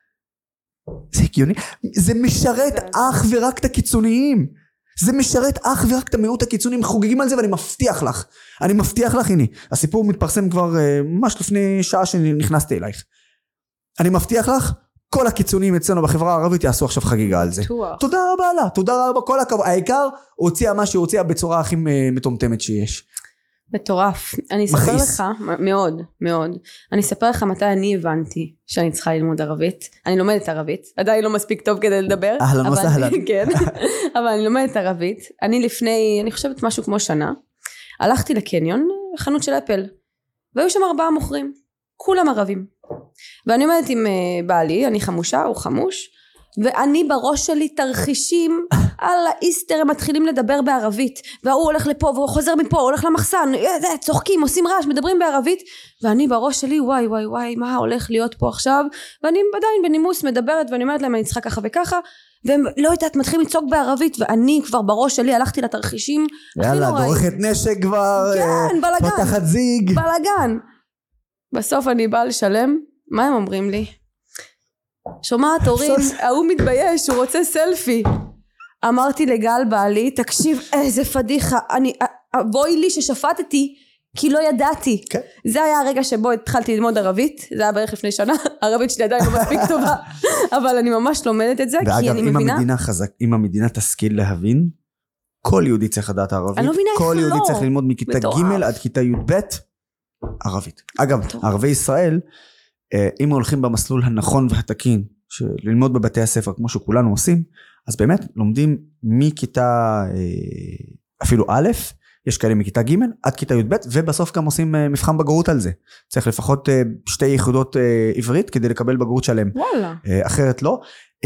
זה הגיוני? זה משרת אך ורק את הקיצוניים. זה משרת אך ורק את המיעוט הקיצוניים. חוגגים על זה ואני מבטיח לך. אני מבטיח לך, הנה. הסיפור מתפרסם כבר ממש לפני שעה שנכנסתי אלייך. אני מבטיח לך, כל הקיצונים אצלנו בחברה הערבית יעשו עכשיו חגיגה על זה. תודה רבה לה, תודה רבה, כל הכבוד. העיקר הוציאה מה שהוציאה בצורה הכי מטומטמת שיש. מטורף. אני אספר לך, מאוד, מאוד. אני אספר לך מתי אני הבנתי שאני צריכה ללמוד ערבית. אני לומדת ערבית, עדיין לא מספיק טוב כדי לדבר. אהלן וסהלן. כן, אבל אני לומדת ערבית. אני לפני, אני חושבת משהו כמו שנה, הלכתי לקניון, חנות של אפל, והיו שם ארבעה מוכרים, כולם ערבים. ואני עומדת עם בעלי, אני חמושה, הוא חמוש, ואני בראש שלי תרחישים על האיסטר, הם מתחילים לדבר בערבית, והוא הולך לפה והוא חוזר מפה, הולך למחסן, צוחקים, עושים רעש, מדברים בערבית, ואני בראש שלי וואי וואי וואי מה הולך להיות פה עכשיו, ואני עדיין בנימוס מדברת ואני אומרת להם אני צריכה ככה וככה, והם לא יודעת מתחילים לצעוק בערבית, ואני כבר בראש שלי הלכתי לתרחישים, יאללה דורכת נשק כבר, כן, בלגן, פותחת זיג, בלגן. בסוף אני באה לשלם, מה הם אומרים לי? שומעת הורים, הוא מתבייש, הוא רוצה סלפי. אמרתי לגל בעלי, תקשיב איזה פדיחה, אני, בואי לי ששפטתי, כי לא ידעתי. Okay. זה היה הרגע שבו התחלתי ללמוד ערבית, זה היה בערך לפני שנה, הערבית שלי עדיין לא מספיק טובה, אבל אני ממש לומדת את זה, ואגב, כי אני מבינה... ואגב, אם המדינה חזק, אם המדינה תשכיל להבין, כל יהודי צריך לדעת ערבית, אני לא מבינה איך לא. כל יהודי צריך ללמוד מכיתה ג' עד כיתה י' ב' ערבית. אגב, מטורף. ערבי ישראל, אם הולכים במסלול הנכון והתקין, ללמוד בבתי הספר כמו שכולנו עושים, אז באמת לומדים מכיתה אפילו א', יש כאלה מכיתה ג' עד כיתה י' ב', ובסוף גם עושים מבחן בגרות על זה. צריך לפחות שתי יחידות עברית כדי לקבל בגרות שלם. וואלה. אחרת לא.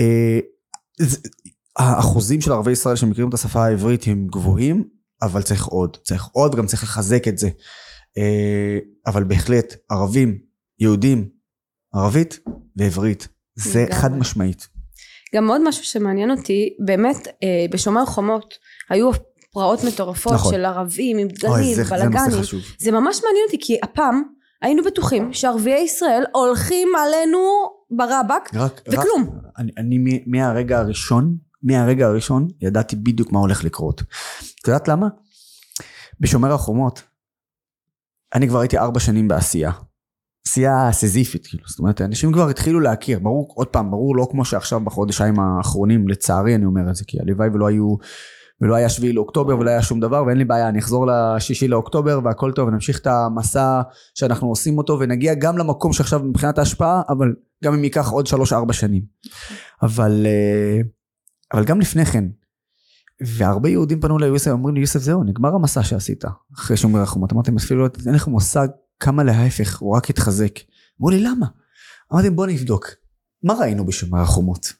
האחוזים של ערבי ישראל שמכירים את השפה העברית הם גבוהים, אבל צריך עוד. צריך עוד וגם צריך לחזק את זה. אבל בהחלט ערבים, יהודים, ערבית ועברית. זה חד משמעית. גם עוד משהו שמעניין אותי, באמת בשומר חומות היו פרעות מטורפות נכון. של ערבים עם דגלים, בלגנים. זה, זה ממש מעניין אותי, כי הפעם היינו בטוחים שערביי ישראל הולכים עלינו ברבק רק, וכלום. רק, אני, אני מהרגע הראשון, מהרגע הראשון ידעתי בדיוק מה הולך לקרות. את יודעת למה? בשומר החומות, אני כבר הייתי ארבע שנים בעשייה. עשייה סזיפית, כאילו. זאת אומרת, אנשים כבר התחילו להכיר, ברור, עוד פעם, ברור לא כמו שעכשיו בחודשיים האחרונים, לצערי אני אומר את זה, כי הלוואי ולא היו, ולא היה שביעי לאוקטובר, ולא היה שום דבר, ואין לי בעיה, אני אחזור לשישי לאוקטובר, והכל טוב, ונמשיך את המסע שאנחנו עושים אותו, ונגיע גם למקום שעכשיו מבחינת ההשפעה, אבל גם אם ייקח עוד שלוש, ארבע שנים. אבל, אבל גם לפני כן, והרבה יהודים פנו ליוסף, אומרים לי, יוסף זהו, נגמר המסע שעשית, אחרי שומר החומות, אמרתם, אפילו אין לכם מושג כמה להפך, הוא רק התחזק. אמרו לי, למה? אמרתם, בוא נבדוק. מה ראינו בשומר החומות?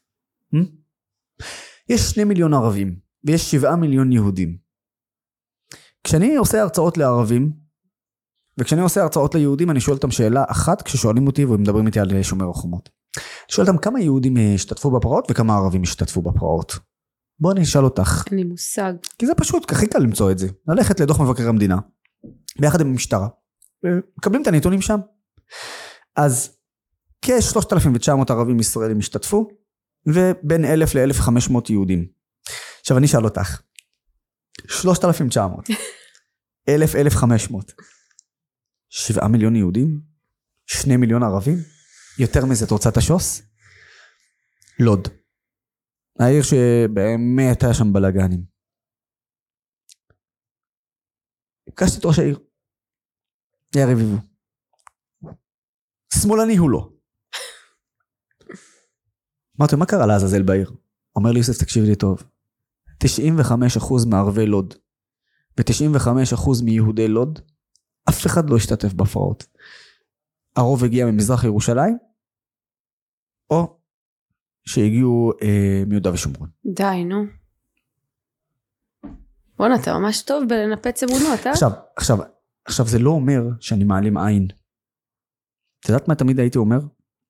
יש שני מיליון ערבים, ויש שבעה מיליון יהודים. כשאני עושה הרצאות לערבים, וכשאני עושה הרצאות ליהודים, אני שואל אותם שאלה אחת, כששואלים אותי, והם מדברים איתי על שומר החומות. אני שואל אותם, כמה יהודים השתתפו בפרעות, וכמה ערבים השתתפו בפרעות? בוא אני אשאל אותך. אין לי מושג. כי זה פשוט, הכי קל למצוא את זה. ללכת לדוח מבקר המדינה, ביחד עם המשטרה. מקבלים את הנתונים שם. אז כ-שלושת אלפים ותשע מאות ערבים ישראלים השתתפו, ובין אלף ל-אלף וחמש מאות יהודים. עכשיו אני אשאל אותך, שלושת אלפים ותשע מאות, אלף, אלף וחמש מאות, שבעה מיליון יהודים, שני מיליון ערבים? יותר מזה, את רוצה את השוס? לוד. העיר שבאמת היה שם בלגנים. פגשתי את ראש העיר. היה רביבו. שמאלני הוא לא. אמרתי, מה קרה לעזאזל בעיר? אומר לי, יוסף, תקשיב לי טוב. תשעים וחמישה אחוז מערבי לוד, ו-תשעים וחמישה אחוז מיהודי לוד, אף אחד לא השתתף בפרעות. הרוב הגיע ממזרח ירושלים, או שהגיעו אה, מיהודה ושומרון. די, נו. בוא'נה, אתה ממש טוב בלנפץ אמונות, אה? עכשיו, עכשיו, עכשיו זה לא אומר שאני מעלים עין. את יודעת מה תמיד הייתי אומר?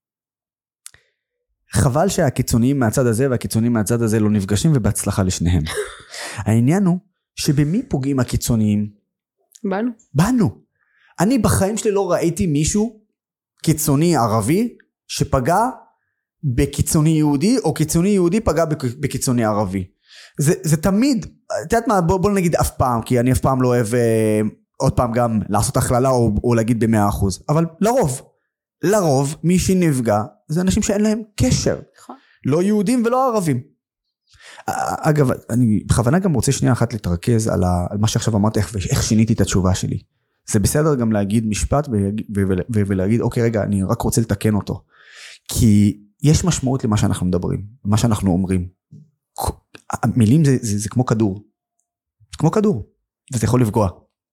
חבל שהקיצוניים מהצד הזה והקיצוניים מהצד הזה לא נפגשים, ובהצלחה לשניהם. העניין הוא שבמי פוגעים הקיצוניים? באנו. באנו. אני בחיים שלי לא ראיתי מישהו קיצוני ערבי שפגע בקיצוני יהודי, או קיצוני יהודי פגע בקיצוני ערבי. זה, זה תמיד, את יודעת מה, בוא, בוא נגיד אף פעם, כי אני אף פעם לא אוהב אה, עוד פעם גם לעשות הכללה או, או להגיד במאה אחוז, אבל לרוב, לרוב מי שנפגע זה אנשים שאין להם קשר. נכון. לא יהודים ולא ערבים. אגב, אני בכוונה גם רוצה שנייה אחת להתרכז על, ה, על מה שעכשיו אמרתי, איך, איך שיניתי את התשובה שלי. זה בסדר גם להגיד משפט ולהגיד, אוקיי, רגע, אני רק רוצה לתקן אותו. כי יש משמעות למה שאנחנו מדברים, מה שאנחנו אומרים. המילים זה, זה, זה כמו כדור. כמו כדור. וזה יכול לפגוע.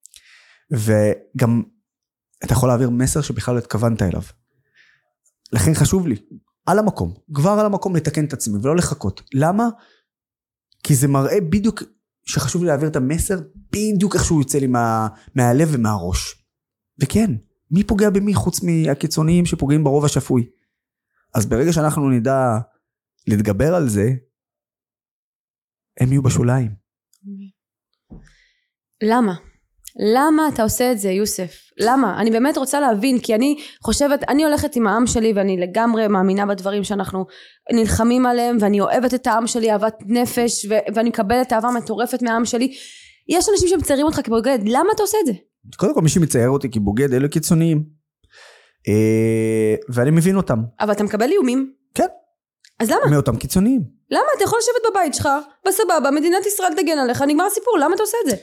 וגם אתה יכול להעביר מסר שבכלל לא התכוונת אליו. לכן חשוב לי, על המקום, כבר על המקום לתקן את עצמי, ולא לחכות. למה? כי זה מראה בדיוק שחשוב לי להעביר את המסר, בדיוק איך שהוא יוצא לי מה, מהלב ומהראש. וכן, מי פוגע במי חוץ מהקיצוניים שפוגעים ברוב השפוי? אז ברגע שאנחנו נדע להתגבר על זה, הם יהיו בשוליים. למה? למה אתה עושה את זה, יוסף? למה? אני באמת רוצה להבין, כי אני חושבת, אני הולכת עם העם שלי, ואני לגמרי מאמינה בדברים שאנחנו נלחמים עליהם, ואני אוהבת את העם שלי, אהבת נפש, ו- ואני מקבלת אהבה מטורפת מהעם שלי. יש אנשים שמציירים אותך כבוגד, למה אתה עושה את זה? קודם כל, מי שמצייר אותי כבוגד, אלו קיצוניים. אה, ואני מבין אותם. אבל אתה מקבל איומים? כן. אז למה? מאותם קיצוניים. למה? אתה יכול לשבת בבית שלך, בסבבה, מדינת ישראל תגן עליך, נגמר הסיפור, למה אתה עושה את זה?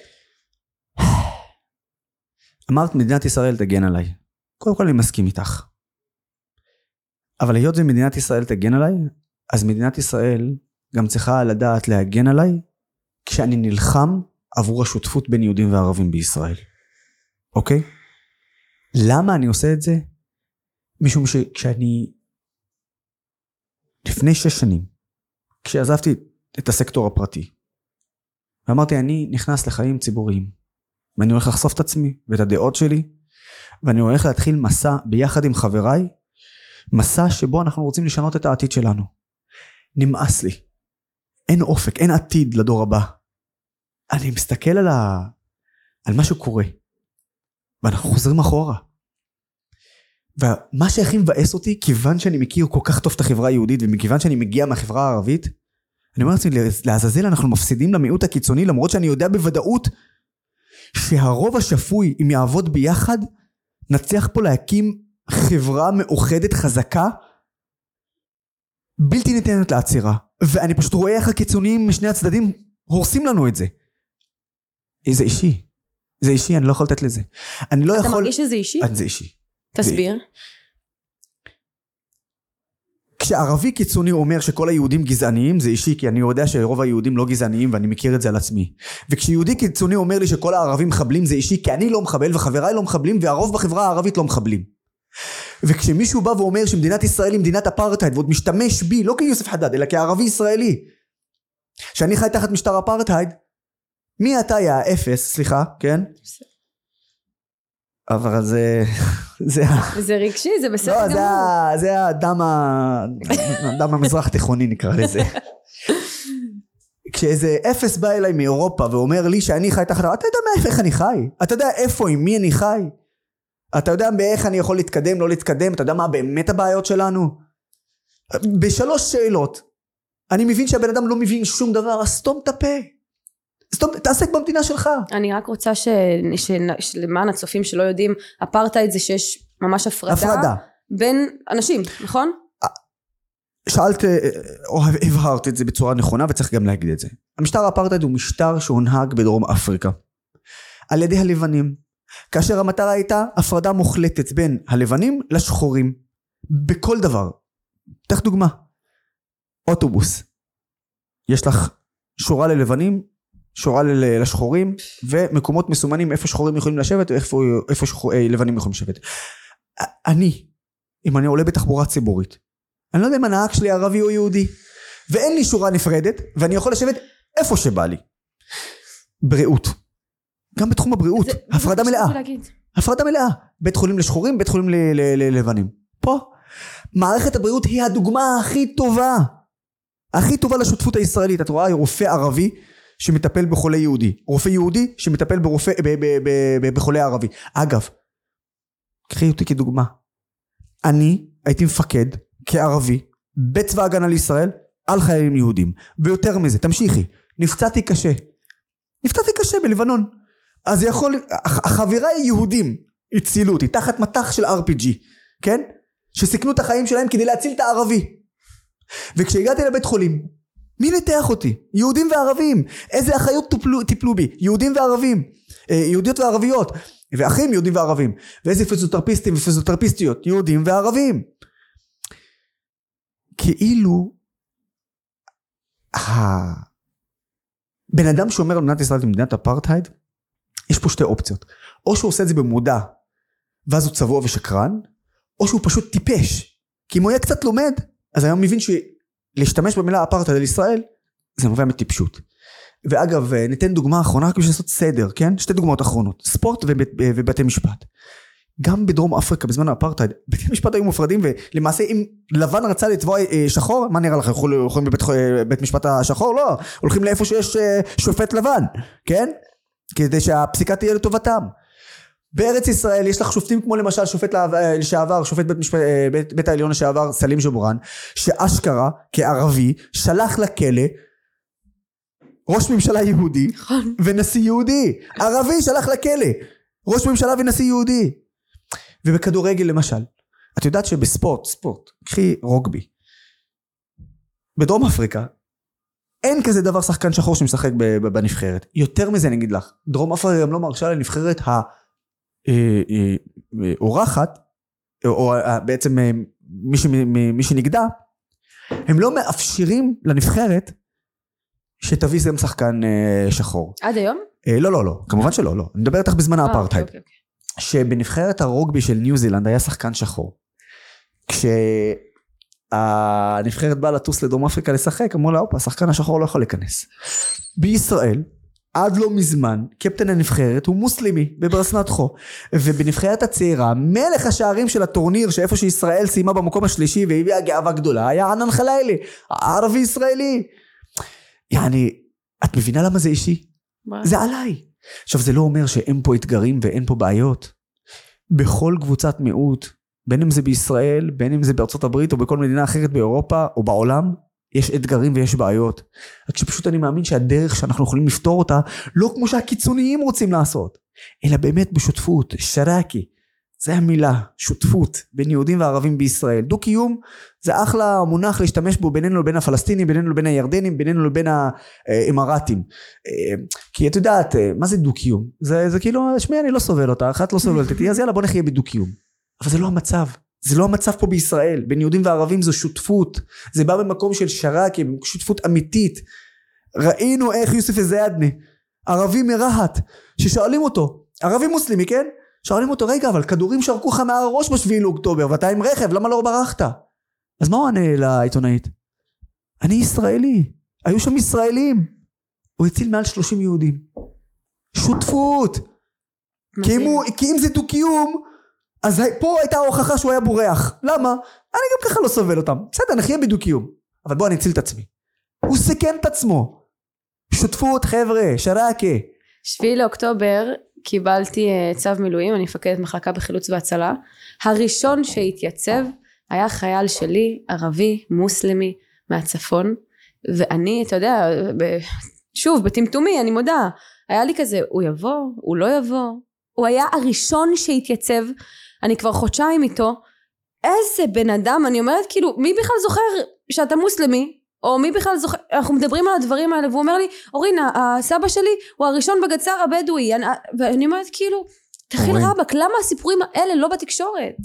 אמרת מדינת ישראל תגן עליי. קודם כל אני מסכים איתך. אבל היות ומדינת ישראל תגן עליי, אז מדינת ישראל גם צריכה לדעת להגן עליי, כשאני נלחם עבור השותפות בין יהודים וערבים בישראל. אוקיי? למה אני עושה את זה? משום שכשאני, לפני שש שנים, כשעזבתי את הסקטור הפרטי, ואמרתי אני נכנס לחיים ציבוריים, ואני הולך לחשוף את עצמי ואת הדעות שלי, ואני הולך להתחיל מסע ביחד עם חבריי, מסע שבו אנחנו רוצים לשנות את העתיד שלנו. נמאס לי. אין אופק, אין עתיד לדור הבא. אני מסתכל על, ה... על מה שקורה, ואנחנו חוזרים אחורה. ומה שהכי מבאס אותי, כיוון שאני מכיר כל כך טוב את החברה היהודית, ומכיוון שאני מגיע מהחברה הערבית, אני אומר לעצמי, לעזאזל אנחנו מפסידים למיעוט הקיצוני, למרות שאני יודע בוודאות, שהרוב השפוי, אם יעבוד ביחד, נצליח פה להקים חברה מאוחדת חזקה, בלתי ניתנת לעצירה. ואני פשוט רואה איך הקיצוניים משני הצדדים הורסים לנו את זה. זה אישי. זה אישי, אני לא יכול לתת לזה. אני לא אתה יכול... מרגיש שזה אישי? זה אישי. תסביר. כשערבי קיצוני אומר שכל היהודים גזעניים, זה אישי, כי אני יודע שרוב היהודים לא גזעניים, ואני מכיר את זה על עצמי. וכשיהודי קיצוני אומר לי שכל הערבים מחבלים, זה אישי, כי אני לא מחבל, וחבריי לא מחבלים, והרוב בחברה הערבית לא מחבלים. וכשמישהו בא ואומר שמדינת ישראל היא מדינת אפרטהייד, ועוד משתמש בי, לא כיוסף חדד, אלא כערבי ישראלי, שאני חי תחת משטר אפרטהייד, מי אתה יא אפס, סליחה, כן? אבל זה... זה, זה רגשי, זה בסדר לא, גמור. זה, זה הדם, ה... הדם המזרח תיכוני נקרא לזה. כשאיזה אפס בא אליי מאירופה ואומר לי שאני חי תחת, אתה יודע מאיפה אני חי? אתה יודע איפה, עם מי אני חי? אתה יודע באיך אני יכול להתקדם, לא להתקדם? אתה יודע מה באמת הבעיות שלנו? בשלוש שאלות. אני מבין שהבן אדם לא מבין שום דבר, אז סתום את הפה. סתום, תעסק במדינה שלך. אני רק רוצה ש... ש... שלמען הצופים שלא יודעים, אפרטהייד זה שיש ממש הפרדה, הפרדה. בין אנשים, נכון? שאלת, או הבהרת את זה בצורה נכונה, וצריך גם להגיד את זה. המשטר האפרטהייד הוא משטר שהונהג בדרום אפריקה, על ידי הלבנים, כאשר המטרה הייתה הפרדה מוחלטת בין הלבנים לשחורים, בכל דבר. תח דוגמה, אוטובוס, יש לך שורה ללבנים, שורה לשחורים, ומקומות מסומנים איפה שחורים יכולים לשבת, ואיפה איפה שחור, לבנים יכולים לשבת. אני, אם אני עולה בתחבורה ציבורית, אני לא יודע אם הנהג שלי ערבי או יהודי, ואין לי שורה נפרדת, ואני יכול לשבת איפה שבא לי. בריאות. גם בתחום הבריאות, הפרדה מלאה. הפרדה מלאה. בית חולים לשחורים, בית חולים ללבנים. פה, מערכת הבריאות היא הדוגמה הכי טובה. הכי טובה לשותפות הישראלית. את רואה, רופא ערבי שמטפל בחולה יהודי. רופא יהודי שמטפל ברופא, ב, ב, ב, ב, בחולה ערבי. אגב, קחי אותי כדוגמה. אני הייתי מפקד כערבי בצבא הגנה לישראל על חיילים יהודים. ויותר מזה, תמשיכי. נפצעתי קשה. נפצעתי קשה בלבנון. אז יכול, החבירה היא יהודים, הצילו אותי, תחת מטח של אר פי ג'י, כן? שסיכנו את החיים שלהם כדי להציל את הערבי. וכשהגעתי לבית חולים, מי נתח אותי? יהודים וערבים. איזה אחיות טיפלו, טיפלו בי? יהודים וערבים. יהודיות וערביות. ואחים יהודים וערבים. ואיזה פיזיותרפיסטים ופיזיותרפיסטיות? יהודים וערבים. כאילו, הבן אדם שאומר על מדינת ישראל היא מדינת אפרטהייד, יש פה שתי אופציות. או שהוא עושה את זה במודע, ואז הוא צבוע ושקרן, או שהוא פשוט טיפש. כי אם הוא היה קצת לומד, אז היום מבין שלהשתמש במילה אפרטהייד על ישראל, זה נובע מטיפשות. ואגב, ניתן דוגמה אחרונה, רק בשביל לעשות סדר, כן? שתי דוגמאות אחרונות. ספורט ובית, ובתי משפט. גם בדרום אפריקה, בזמן האפרטהייד, בתי משפט היו מופרדים, ולמעשה אם לבן רצה לתבוע שחור, מה נראה לך? הולכים בבית בית משפט השחור? לא. הולכים לאיפה שיש שופט לבן, כן? כדי שהפסיקה תהיה לטובתם. בארץ ישראל יש לך שופטים כמו למשל שופט לשעבר, שופט בית, משפט, בית, בית העליון לשעבר, סלים ג'ובראן, שאשכרה כערבי שלח לכלא ראש ממשלה יהודי ונשיא יהודי. ערבי שלח לכלא ראש ממשלה ונשיא יהודי. ובכדורגל למשל, את יודעת שבספורט, ספורט, קחי רוגבי, בדרום אפריקה, אין כזה דבר שחקן שחור שמשחק בנבחרת. יותר מזה אני אגיד לך, דרום אפריקה גם לא מרשה לנבחרת האורחת, או בעצם מי שנגדה, הם לא מאפשרים לנבחרת שתביא גם שחקן שחור. עד היום? לא, לא, לא, כמובן שלא, לא. אני מדבר איתך בזמן האפרטהייד. שבנבחרת הרוגבי של ניו זילנד היה שחקן שחור. כשהנבחרת באה לטוס לדרום אפריקה לשחק, אמרו לה, אופה, השחקן השחור לא יכול להיכנס. בישראל, עד לא מזמן, קפטן הנבחרת הוא מוסלמי בברסנטחו. ובנבחרת הצעירה, מלך השערים של הטורניר, שאיפה שישראל סיימה במקום השלישי, והביאה גאווה גדולה, היה ענן חלילי, ערבי ישראלי. יעני, את מבינה למה זה אישי? זה עליי. עכשיו זה לא אומר שאין פה אתגרים ואין פה בעיות. בכל קבוצת מיעוט, בין אם זה בישראל, בין אם זה בארצות הברית או בכל מדינה אחרת באירופה או בעולם, יש אתגרים ויש בעיות. רק שפשוט אני מאמין שהדרך שאנחנו יכולים לפתור אותה, לא כמו שהקיצוניים רוצים לעשות, אלא באמת בשותפות, שרקי. זה המילה, שותפות, בין יהודים וערבים בישראל. דו קיום זה אחלה מונח להשתמש בו בינינו לבין הפלסטינים, בינינו לבין הירדנים, בינינו לבין האמרתים. כי את יודעת, מה זה דו קיום? זה, זה כאילו, שמי, אני לא סובל אותה, אחת לא סובלת אותי, אז יאללה בוא נחיה בדו קיום. אבל זה לא המצב. זה לא המצב פה בישראל. בין יהודים וערבים זו שותפות. זה בא במקום של שרקי, שותפות אמיתית. ראינו איך יוסף זיאדנה, ערבי מרהט, ששואלים אותו, ערבי מוסלמי, כן? שואלים אותו, רגע, אבל כדורים שרקו לך מהראש בשביעי לאוקטובר, ואתה עם רכב, למה לא ברחת? אז מה הוא ענה לעיתונאית? אני ישראלי, היו שם ישראלים. הוא הציל מעל שלושים יהודים. שותפות. כי אם, הוא, כי אם זה דו-קיום, אז פה הייתה ההוכחה שהוא היה בורח. למה? אני גם ככה לא סובל אותם. בסדר, נחיה בדו-קיום. אבל בוא אני אציל את עצמי. הוא סיכן את עצמו. שותפות, חבר'ה, שרקה. שביעי לאוקטובר, קיבלתי צו מילואים, אני מפקדת מחלקה בחילוץ והצלה. הראשון שהתייצב היה חייל שלי, ערבי, מוסלמי, מהצפון, ואני, אתה יודע, שוב, בטמטומי, אני מודה, היה לי כזה, הוא יבוא, הוא לא יבוא, הוא היה הראשון שהתייצב, אני כבר חודשיים איתו, איזה בן אדם, אני אומרת כאילו, מי בכלל זוכר שאתה מוסלמי, או מי בכלל זוכר, אנחנו מדברים על הדברים האלה, והוא אומר לי, אורינה, הסבא שלי הוא הראשון בגצר הבדואי, ואני אומרת כאילו, תחיל רבק, למה הסיפורים האלה לא בתקשורת?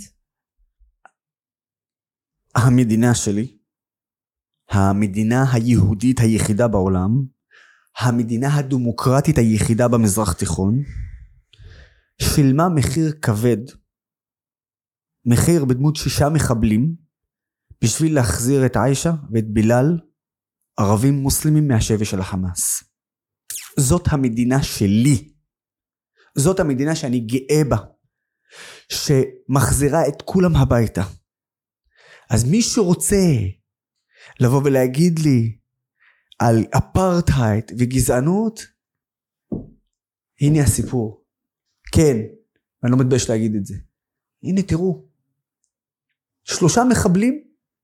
המדינה שלי, המדינה היהודית היחידה בעולם, המדינה הדמוקרטית היחידה במזרח תיכון, שילמה מחיר כבד, מחיר בדמות שישה מחבלים, בשביל להחזיר את עיישה ואת בילאל, ערבים מוסלמים מהשבי של החמאס. זאת המדינה שלי. זאת המדינה שאני גאה בה, שמחזירה את כולם הביתה. אז מי שרוצה לבוא ולהגיד לי על אפרטהייד וגזענות, הנה הסיפור. כן, אני לא מתבייש להגיד את זה. הנה תראו, שלושה מחבלים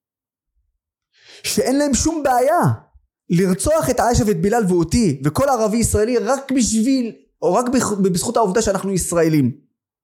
שאין להם שום בעיה לרצוח את עיישה ואת בילאל ואותי וכל ערבי ישראלי רק בשביל, או רק בזכות העובדה שאנחנו ישראלים.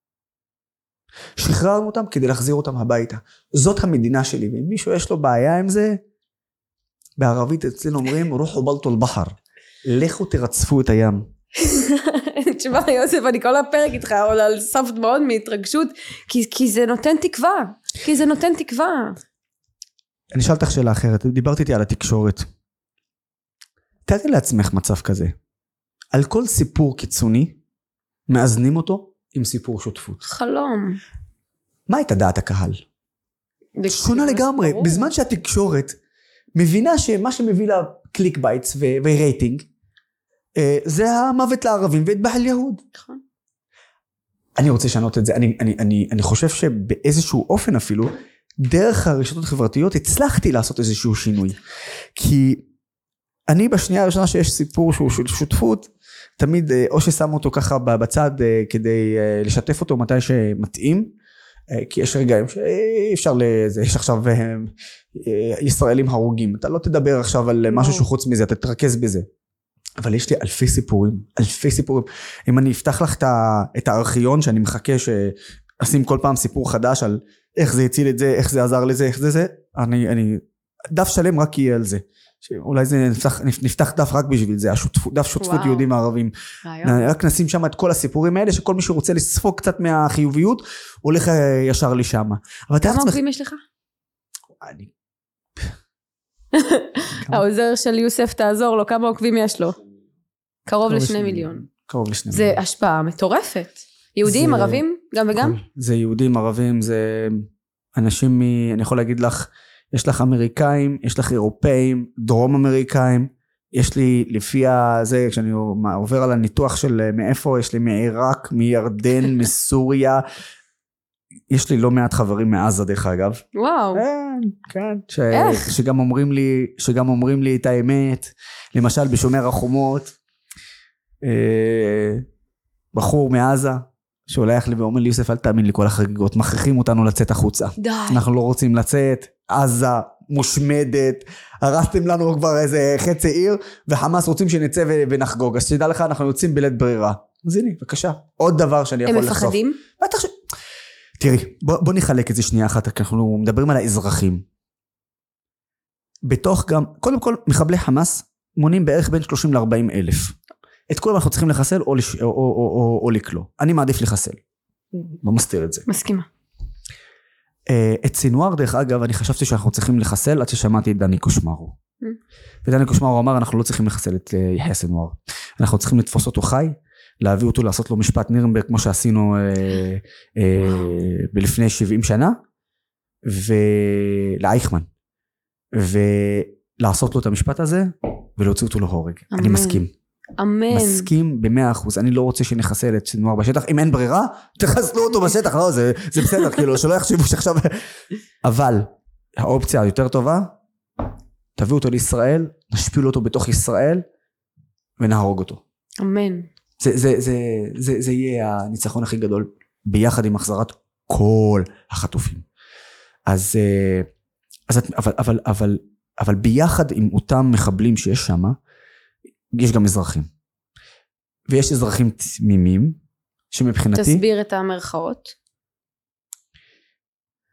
שחררנו אותם כדי להחזיר אותם הביתה. זאת המדינה שלי, ואם מישהו יש לו בעיה עם זה, בערבית אצלנו אומרים, רוחו בלטו אל-בחר, לכו תרצפו את הים. תשמע יוסף, אני כל הפרק איתך עולה על סף מאוד מהתרגשות, כי, כי זה נותן תקווה, כי זה נותן תקווה. אני אשאל אותך שאלה אחרת, דיברתי איתי על התקשורת. תארי לעצמך מצב כזה, על כל סיפור קיצוני, מאזנים אותו עם סיפור שותפות. חלום. מה הייתה דעת הקהל? שונה לגמרי, בזמן שהתקשורת מבינה שמה שמביא לה קליק בייטס ורייטינג, זה המוות לערבים ואת בעל יהוד. נכון. אני רוצה לשנות את זה, אני, אני, אני, אני חושב שבאיזשהו אופן אפילו, דרך הרשתות החברתיות הצלחתי לעשות איזשהו שינוי. כי אני בשנייה הראשונה שיש סיפור שהוא של שותפות, תמיד או ששם אותו ככה בצד כדי לשתף אותו מתי שמתאים, כי יש רגעים שאי אפשר לזה, יש עכשיו ישראלים הרוגים, אתה לא תדבר עכשיו על משהו שחוץ מזה, אתה תתרכז בזה. אבל יש לי אלפי סיפורים, אלפי סיפורים. אם אני אפתח לך את הארכיון שאני מחכה שעשים כל פעם סיפור חדש על איך זה הציל את זה, איך זה עזר לזה, איך זה זה, אני, אני, דף שלם רק יהיה על זה. שאולי זה נפתח, נפתח דף רק בשביל זה, השותפות, דף שותפות וואו. יהודים הערבים. רק נשים שם את כל הסיפורים האלה, שכל מי שרוצה לספוג קצת מהחיוביות, הולך ישר לי שם. כמה עוקבים יש לך? אני... העוזר של יוסף תעזור לו, כמה עוקבים יש לו? קרוב לשני מיליון. קרוב לשני מיליון. זה השפעה מטורפת. יהודים, ערבים, גם וגם? זה יהודים, ערבים, זה אנשים מ... אני יכול להגיד לך, יש לך אמריקאים, יש לך אירופאים, דרום אמריקאים, יש לי לפי זה, כשאני עובר על הניתוח של מאיפה, יש לי מעיראק, מירדן, מסוריה, יש לי לא מעט חברים מעזה דרך אגב. וואו. כן, כן. ש... איך? שגם אומרים לי, שגם אומרים לי את האמת, למשל בשומר החומות, אה, בחור מעזה, שהולך לי ואומר לי, יוסף אל תאמין לי כל החגיגות, מכריחים אותנו לצאת החוצה. די. אנחנו לא רוצים לצאת, עזה מושמדת, הרסתם לנו כבר איזה חצי עיר, וחמאס רוצים שנצא ונחגוג, אז שתדע לך אנחנו יוצאים בלית ברירה. אז הנה, בבקשה, עוד דבר שאני יכול לחשוף. הם מפחדים? בטח ש... תראי, בוא, בוא נחלק את זה שנייה אחת, כי אנחנו מדברים על האזרחים. בתוך גם, קודם כל, מחבלי חמאס מונים בערך בין שלושים לארבעים אלף. את כולם אנחנו צריכים לחסל או, לש... או, או, או, או, או לקלו. אני מעדיף לחסל. לא מסתיר את זה. מסכימה. את סינואר, דרך אגב, אני חשבתי שאנחנו צריכים לחסל, עד ששמעתי את דני קושמרו. ודני קושמרו אמר, אנחנו לא צריכים לחסל את יחיא סינואר. אנחנו צריכים לתפוס אותו חי, להביא אותו לעשות לו משפט נירנברג, כמו שעשינו אה, אה, בלפני שבעים שנה, ולאייכמן, ולעשות לו את המשפט הזה, ולהוציא אותו להורג. אמן. אני מסכים. אמן. מסכים במאה אחוז. אני לא רוצה שנחסל את סינואר בשטח. אם אין ברירה, תחסלו אותו בשטח. לא, זה, זה בסדר, כאילו, שלא יחשבו שעכשיו... אבל, האופציה היותר טובה, תביאו אותו לישראל, נשפיל אותו בתוך ישראל, ונהרוג אותו. אמן. זה, זה, זה, זה, זה יהיה הניצחון הכי גדול, ביחד עם החזרת כל החטופים. אז, אז אבל, אבל, אבל, אבל ביחד עם אותם מחבלים שיש שם, יש גם אזרחים. ויש אזרחים תמימים, שמבחינתי... תסביר את המרכאות.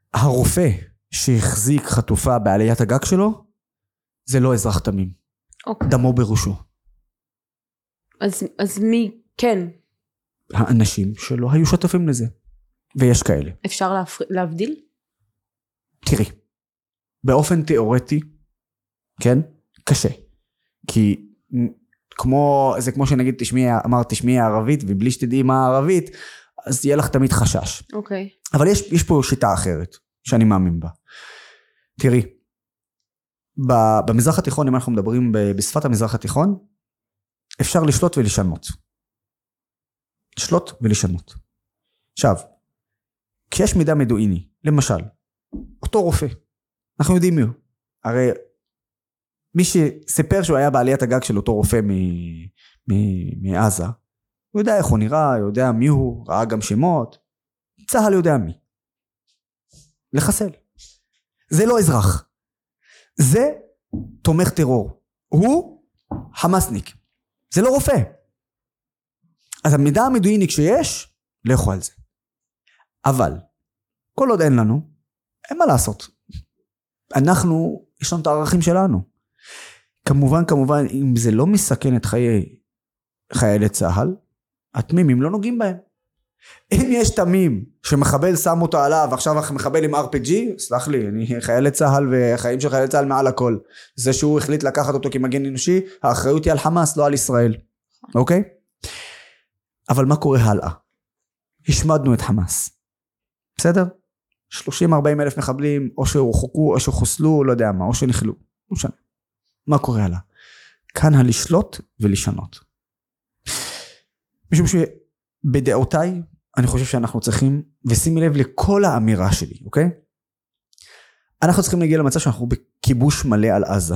הרופא שהחזיק חטופה בעליית הגג שלו, זה לא אזרח תמים. אוקיי. דמו בראשו. אז, אז מי, כן. האנשים שלו היו שותפים לזה. ויש כאלה. אפשר להפר... להבדיל? תראי, באופן תיאורטי, כן? קשה. כי כמו, זה כמו שנגיד תשמעי, אמר תשמעי הערבית, ובלי שתדעי מה הערבית, אז יהיה לך תמיד חשש. אוקיי. אבל יש, יש פה שיטה אחרת, שאני מאמין בה. תראי, במזרח התיכון, אם אנחנו מדברים בשפת המזרח התיכון, אפשר לשלוט ולשנות. לשלוט ולשנות. עכשיו, כשיש מידע מדויני, למשל, אותו רופא, אנחנו יודעים מי הוא. הרי מי שסיפר שהוא היה בעליית הגג של אותו רופא מעזה, הוא יודע איך הוא נראה, הוא יודע מי הוא, ראה גם שמות, צהל יודע מי. לחסל. זה לא אזרח. זה תומך טרור. הוא חמאסניק. זה לא רופא. אז המידע המדויני כשיש, לכו על זה. אבל, כל עוד אין לנו, אין מה לעשות. אנחנו, יש לנו את הערכים שלנו. כמובן, כמובן, אם זה לא מסכן את חיי חיילי צהל, התמימים לא נוגעים בהם. אם יש תמים שמחבל שם אותו עליו, ועכשיו מחבל עם אר פי ג'י, סלח לי, אני חיילי צהל וחיים של חיילי צהל מעל הכל. זה שהוא החליט לקחת אותו כמגן אנושי, האחריות היא על חמאס, לא על ישראל. אוקיי? אבל מה קורה הלאה? השמדנו את חמאס. בסדר? שלושים ארבעים אלף מחבלים, או שהורחקו, או שחוסלו, לא יודע מה, או שנחלו. לא משנה. מה קורה הלאה? כאן הלשלוט ולשנות. משום שבדעותיי, אני חושב שאנחנו צריכים, ושימי לב לכל האמירה שלי, אוקיי? אנחנו צריכים להגיע למצב שאנחנו בכיבוש מלא על עזה.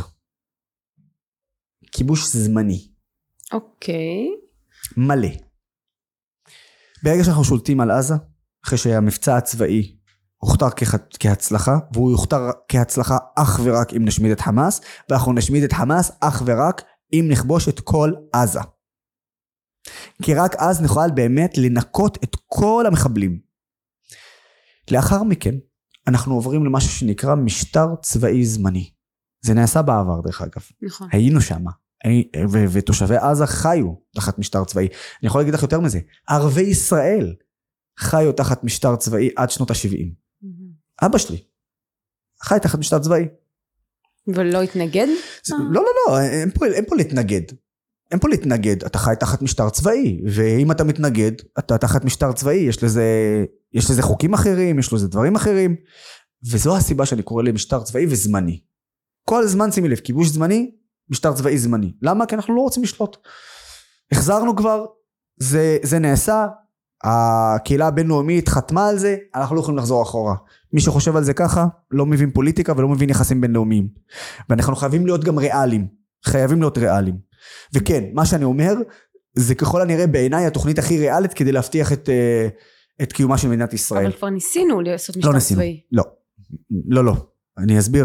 כיבוש זמני. אוקיי. מלא. ברגע שאנחנו שולטים על עזה, אחרי שהמבצע הצבאי הוכתר כהצלחה, והוא יוכתר כהצלחה אך ורק אם נשמיד את חמאס, ואנחנו נשמיד את חמאס אך ורק אם נכבוש את כל עזה. כי רק אז נוכל באמת לנקות את כל המחבלים. לאחר מכן, אנחנו עוברים למשהו שנקרא משטר צבאי זמני. זה נעשה בעבר דרך אגב. נכון. היינו שם. ו- ותושבי עזה חיו תחת משטר צבאי. אני יכול להגיד לך יותר מזה. ערבי ישראל חיו תחת משטר צבאי עד שנות ה-שבעים. Mm-hmm. אבא שלי חי תחת משטר צבאי. ולא התנגד? זה, לא, לא, לא. אין פה, אין פה להתנגד. אין פה להתנגד. אתה חי תחת משטר צבאי. ואם אתה מתנגד, אתה תחת משטר צבאי. יש לזה, יש לזה חוקים אחרים, יש לזה דברים אחרים. וזו הסיבה שאני קורא למשטר צבאי וזמני. כל הזמן שימי לב, כיבוש זמני, משטר צבאי זמני. למה? כי אנחנו לא רוצים לשלוט. החזרנו כבר, זה, זה נעשה, הקהילה הבינלאומית חתמה על זה, אנחנו לא יכולים לחזור אחורה. מי שחושב על זה ככה, לא מבין פוליטיקה ולא מבין יחסים בינלאומיים. ואנחנו חייבים להיות גם ריאליים. חייבים להיות ריאליים. וכן, מה שאני אומר, זה ככל הנראה בעיניי התוכנית הכי ריאלית, כדי להבטיח את, את קיומה של מדינת ישראל. אבל כבר ניסינו לעשות משטר לא ניסינו, צבאי. לא, לא, לא. אני אסביר.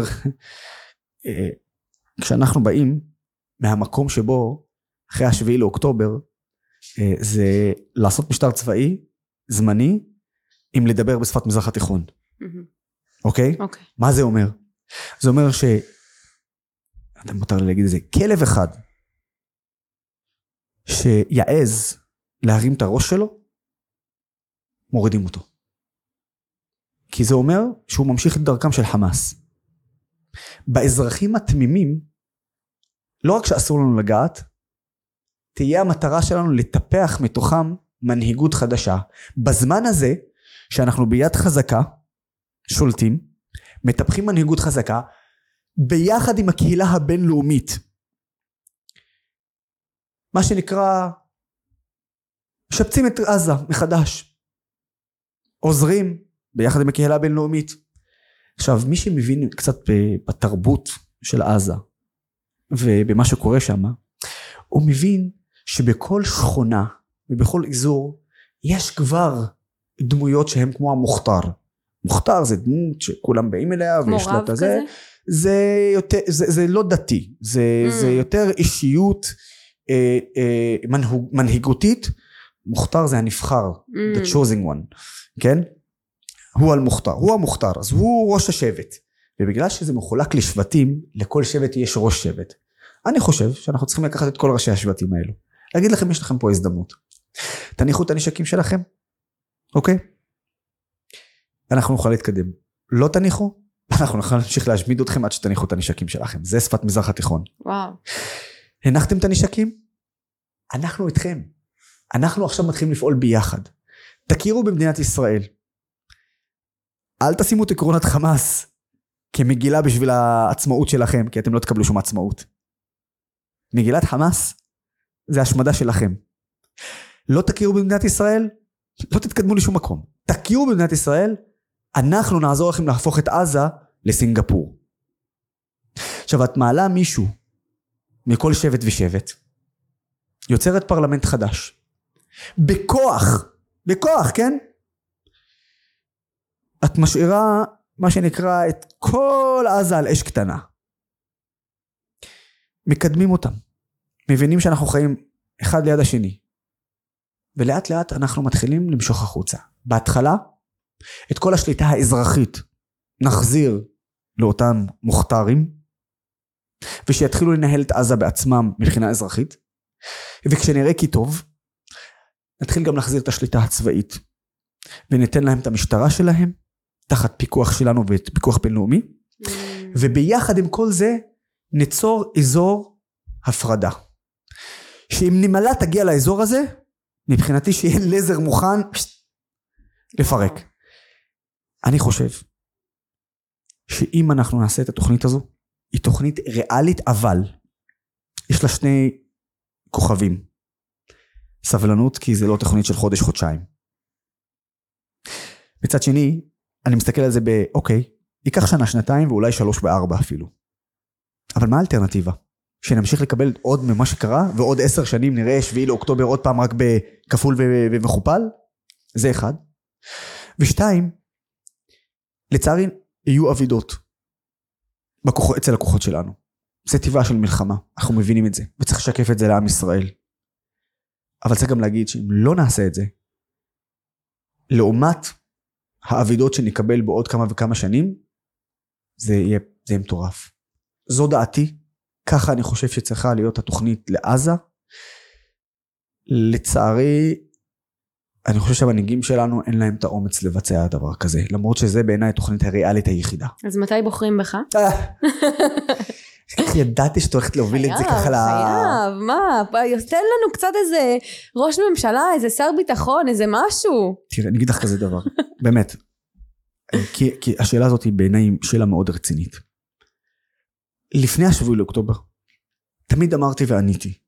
כשאנחנו באים מהמקום שבו אחרי השביעי לאוקטובר, זה לעשות משטר צבאי זמני עם לדבר בשפת מזרח התיכון. אוקיי? אוקיי. מה זה אומר? זה אומר ש... אתם מותר לי להגיד את זה, כלב אחד שיעז להרים את הראש שלו, מורידים אותו. כי זה אומר שהוא ממשיך את דרכם של חמאס. באזרחים התמימים, לא רק שאסור לנו לגעת, תהיה המטרה שלנו לטפח מתוכם מנהיגות חדשה. בזמן הזה, שאנחנו ביד חזקה, שולטים, מטפחים מנהיגות חזקה, ביחד עם הקהילה הבינלאומית. מה שנקרא, משפצים את עזה מחדש. עוזרים ביחד עם הקהילה הבינלאומית. עכשיו, מי שמבין קצת בתרבות של עזה, ובמה שקורה שם, הוא מבין שבכל שכונה ובכל אזור, יש כבר דמויות שהן כמו המוכתר. מוכתר זה דמות שכולם באים אליה, כמו רב כזה? זה, זה, יותר, זה, זה לא דתי, זה, mm. זה יותר אישיות אה, אה, מנהוג, מנהיגותית, מוכתר זה הנבחר, mm. the chosen one, כן? הוא המוכתר, הוא המוכתר, אז הוא ראש השבט. ובגלל שזה מחולק לשבטים, לכל שבט יש ראש שבט. אני חושב שאנחנו צריכים לקחת את כל ראשי השבטים האלו. להגיד לכם, יש לכם פה הזדמנות. תניחו את הנשקים שלכם, אוקיי? אנחנו נוכל להתקדם. לא תניחו, אנחנו נוכל להמשיך להשמיד אתכם עד שתניחו את הנשקים שלכם. זה שפת מזרח התיכון. וואו. הנחתם את הנשקים? אנחנו איתכם. אנחנו עכשיו מתחילים לפעול ביחד. תכירו במדינת ישראל. אל תשימו את עקרונות חמאס כמגילה בשביל העצמאות שלכם, כי אתם לא תקבלו שום עצמאות. מגילת חמאס זה השמדה שלכם. לא תכירו במדינת ישראל, לא תתקדמו לשום מקום. תכירו במדינת ישראל, אנחנו נעזור לכם להפוך את עזה לסינגפור. עכשיו, את מעלה מישהו מכל שבט ושבט, יוצרת פרלמנט חדש. בכוח, בכוח, כן? את משאירה מה שנקרא את כל עזה על אש קטנה. מקדמים אותם. מבינים שאנחנו חיים אחד ליד השני. ולאט לאט אנחנו מתחילים למשוך החוצה. בהתחלה, את כל השליטה האזרחית נחזיר לאותם מוכתרים, ושיתחילו לנהל את עזה בעצמם מבחינה אזרחית, וכשנראה כי טוב, נתחיל גם להחזיר את השליטה הצבאית, וניתן להם את המשטרה שלהם, תחת פיקוח שלנו ופיקוח בינלאומי, mm. וביחד עם כל זה, ניצור אזור הפרדה. שאם נמלה תגיע לאזור הזה, מבחינתי שיהיה לזר מוכן, לפרק. אני חושב, שאם אנחנו נעשה את התוכנית הזו, היא תוכנית ריאלית, אבל יש לה שני כוכבים. סבלנות, כי זה לא תוכנית של חודש, חודשיים. מצד שני, אני מסתכל על זה באוקיי, ייקח שנה, שנתיים, ואולי שלוש וארבע אפילו. אבל מה האלטרנטיבה? שנמשיך לקבל עוד ממה שקרה, ועוד עשר שנים נראה שביעי לאוקטובר עוד פעם רק בכפול ומכופל? זה אחד. ושתיים, לצערי, יהיו אבידות בכוח, אצל הכוחות שלנו. זה טבעה של מלחמה, אנחנו מבינים את זה, וצריך לשקף את זה לעם ישראל. אבל צריך גם להגיד שאם לא נעשה את זה, לעומת האבידות שנקבל בעוד כמה וכמה שנים, זה יהיה, זה יהיה מטורף. זו דעתי, ככה אני חושב שצריכה להיות התוכנית לעזה. לצערי, אני חושב שהמנהיגים שלנו אין להם את האומץ לבצע דבר כזה, למרות שזה בעיניי התוכנית הריאלית היחידה. אז מתי בוחרים בך? ידעתי שאת הולכת להוביל את זה ככה ל... חייב, מה? תן לנו קצת איזה ראש ממשלה, איזה שר ביטחון, איזה משהו. תראה, אני אגיד לך כזה דבר, באמת. כי, כי השאלה הזאת היא בעיניי שאלה מאוד רצינית. לפני השבוע לאוקטובר, תמיד אמרתי ועניתי,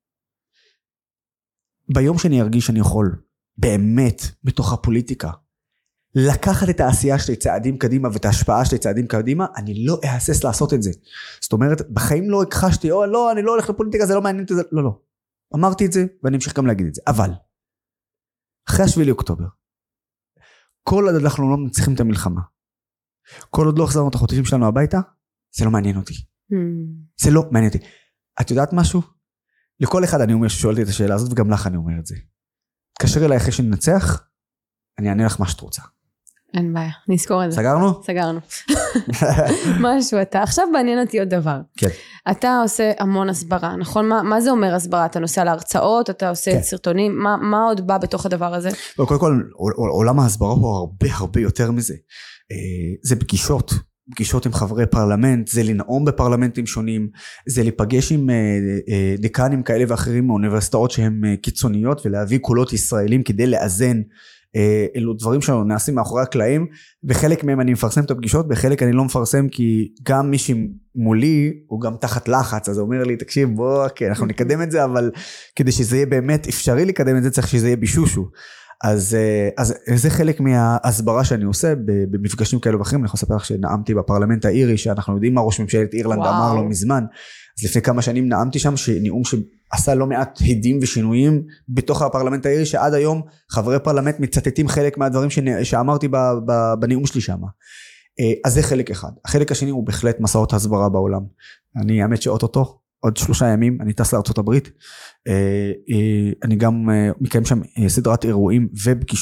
ביום שאני ארגיש שאני יכול, באמת, בתוך הפוליטיקה, לקחת את העשייה שלי צעדים קדימה, ואת ההשפעה שלי צעדים קדימה, אני לא אהסס לעשות את זה. זאת אומרת, בחיים לא הכחשתי, או לא, אני לא הולך לפוליטיקה, זה לא מעניין את זה, לא, לא. אמרתי את זה, ואני אמשיך גם להגיד את זה. אבל, אחרי השביעי לאוקטובר, כל עוד אנחנו לא מצליחים את המלחמה, כל עוד לא החזרנו את החוטפים שלנו הביתה, זה לא מעניין אותי. זה לא מעניין אותי. את יודעת משהו? לכל אחד אני אומר ששואלתי את השאלה הזאת, וגם לך אני אומר את זה. תקשר אליי אחרי שננצח, אני אענה לך מה שאת רוצה. אין בעיה, נזכור את זה. סגרנו? סגרנו. משהו, אתה, עכשיו בעניין אותי עוד דבר. כן. אתה עושה המון הסברה, נכון? מה, מה זה אומר הסברה? אתה נוסע להרצאות, אתה עושה כן. סרטונים, מה, מה עוד בא בתוך הדבר הזה? קודם כל, עולם ההסברה הוא הרבה הרבה יותר מזה. זה פגישות. פגישות עם חברי פרלמנט, זה לנאום בפרלמנטים שונים, זה להיפגש עם דיקנים כאלה ואחרים מאוניברסיטאות שהן קיצוניות, ולהביא קולות ישראלים כדי לאזן, אלו דברים שלנו נעשים מאחורי הקלעים, וחלק מהם אני מפרסם את הפגישות, וחלק אני לא מפרסם, כי גם מי שמולי הוא גם תחת לחץ, אז הוא אומר לי, תקשיב בוא, כן, אנחנו נקדם את זה, אבל כדי שזה יהיה באמת אפשרי לקדם את זה, צריך שזה יהיה בישושו. אז, אז זה חלק מההסברה שאני עושה במפגשים כאלו ואחרים. אני יכול לספר לך שנאמתי בפרלמנט האירי, שאנחנו יודעים מה ראש ממשלת אירלנד וואו. אמר לו מזמן, אז לפני כמה שנים נאמתי שם, שנאום שעשה לא מעט הדים ושינויים בתוך הפרלמנט האירי, שעד היום חברי פרלמנט מצטטים חלק מהדברים שאמרתי בנאום שלי שם. אז זה חלק אחד. החלק השני הוא בהחלט מסעות הסברה בעולם. אני האמת שאוטוטו, עוד שלושה ימים, אני טס לארצות הברית, אני גם מקיים שם סדרת אירועים ופגישות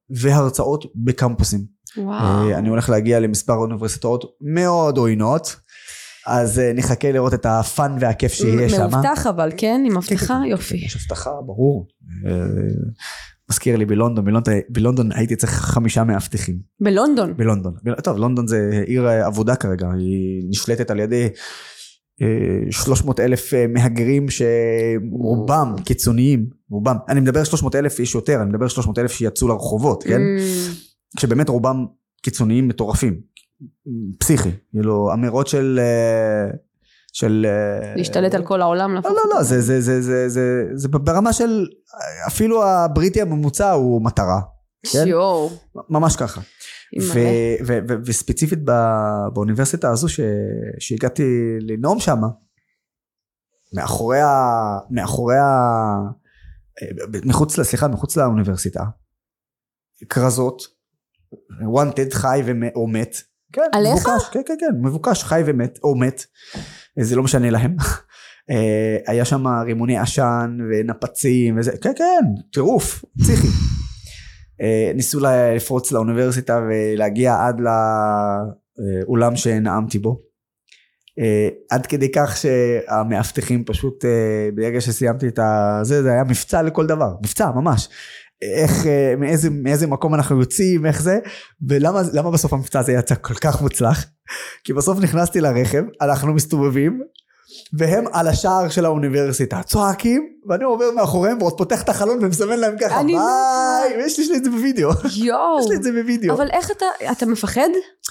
והרצאות בקמפוסים. וואו. אני הולך להגיע למספר אוניברסיטאות מאוד עוינות, אז נחכה לראות את הפן והכיף שיהיה שם. מאובטח אבל, כן? עם הבטחה? יופי. יש הבטחה, ברור. מזכיר לי בלונדון, בלונדון הייתי צריך חמישה מאבטחים. בלונדון? בלונדון. טוב, לונדון זה עיר עבודה כרגע, היא נשלטת על ידי שלוש מאות אלף מהגרים שרובם קיצוניים, רובם. אני מדבר שלוש מאות אלף איש יותר, אני מדבר שלוש מאות אלף שיצאו לרחובות, כן? כשבאמת רובם קיצוניים מטורפים, פסיכי, כאילו אמירות של... של להשתלט על כל העולם. לא, לא, לא, זה, זה, זה, זה, זה, זה ברמה של, אפילו הבריטי הממוצע הוא מטרה. שיור. ממש ככה. וספציפית באוניברסיטה הזו שהגעתי לנאום שם, מאחורי ה... מאחורי ה... מחוץ, סליחה, מחוץ לאוניברסיטה, כרזות, wanted, חי או מת. עליך? כן, כן, כן, מבוקש, חי ומת, או מת. זה לא משנה להם. היה שם רימוני עשן ונפצים וזה, כן, כן, טירוף, פסיכי. ניסו לפרוץ לאוניברסיטה ולהגיע עד לאולם שנעמתי בו. עד כדי כך שהמאבטחים פשוט, ברגע שסיימתי את זה, זה היה מבצע לכל דבר, מבצע ממש. איך, מאיזה, מאיזה מקום אנחנו יוצאים, איך זה, ולמה, למה בסוף המבצע הזה יצא כל כך מוצלח? כי בסוף נכנסתי לרכב, אנחנו מסתובבים, והם על השער של האוניברסיטה, צועקים, ואני עובר מאחוריהם, ועוד פותח את החלון, ומסמן להם ככה, ביי, ויש לי את זה בווידאו. יואו. יש לי את זה בווידאו. אבל איך אתה, אתה מפחד?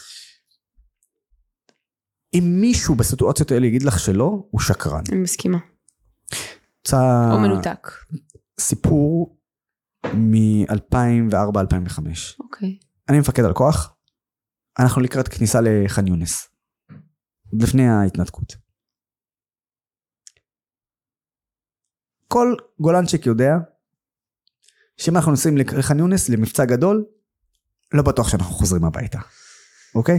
אם מישהו בסיטואציות האלה יגיד לך שלא, הוא שקרן. אני מסכימה. צע... או מנותק. סיפור מ-אלפיים וארבע אלפיים וחמש. אוקיי. אני מפקד על כוח, אנחנו לקראת כניסה לח'אן יונס, לפני ההתנתקות. כל גולנצ'יק יודע, שאם אנחנו נוסעים לח'אן יונס, למבצע גדול, לא בטוח שאנחנו חוזרים הביתה. אוקיי?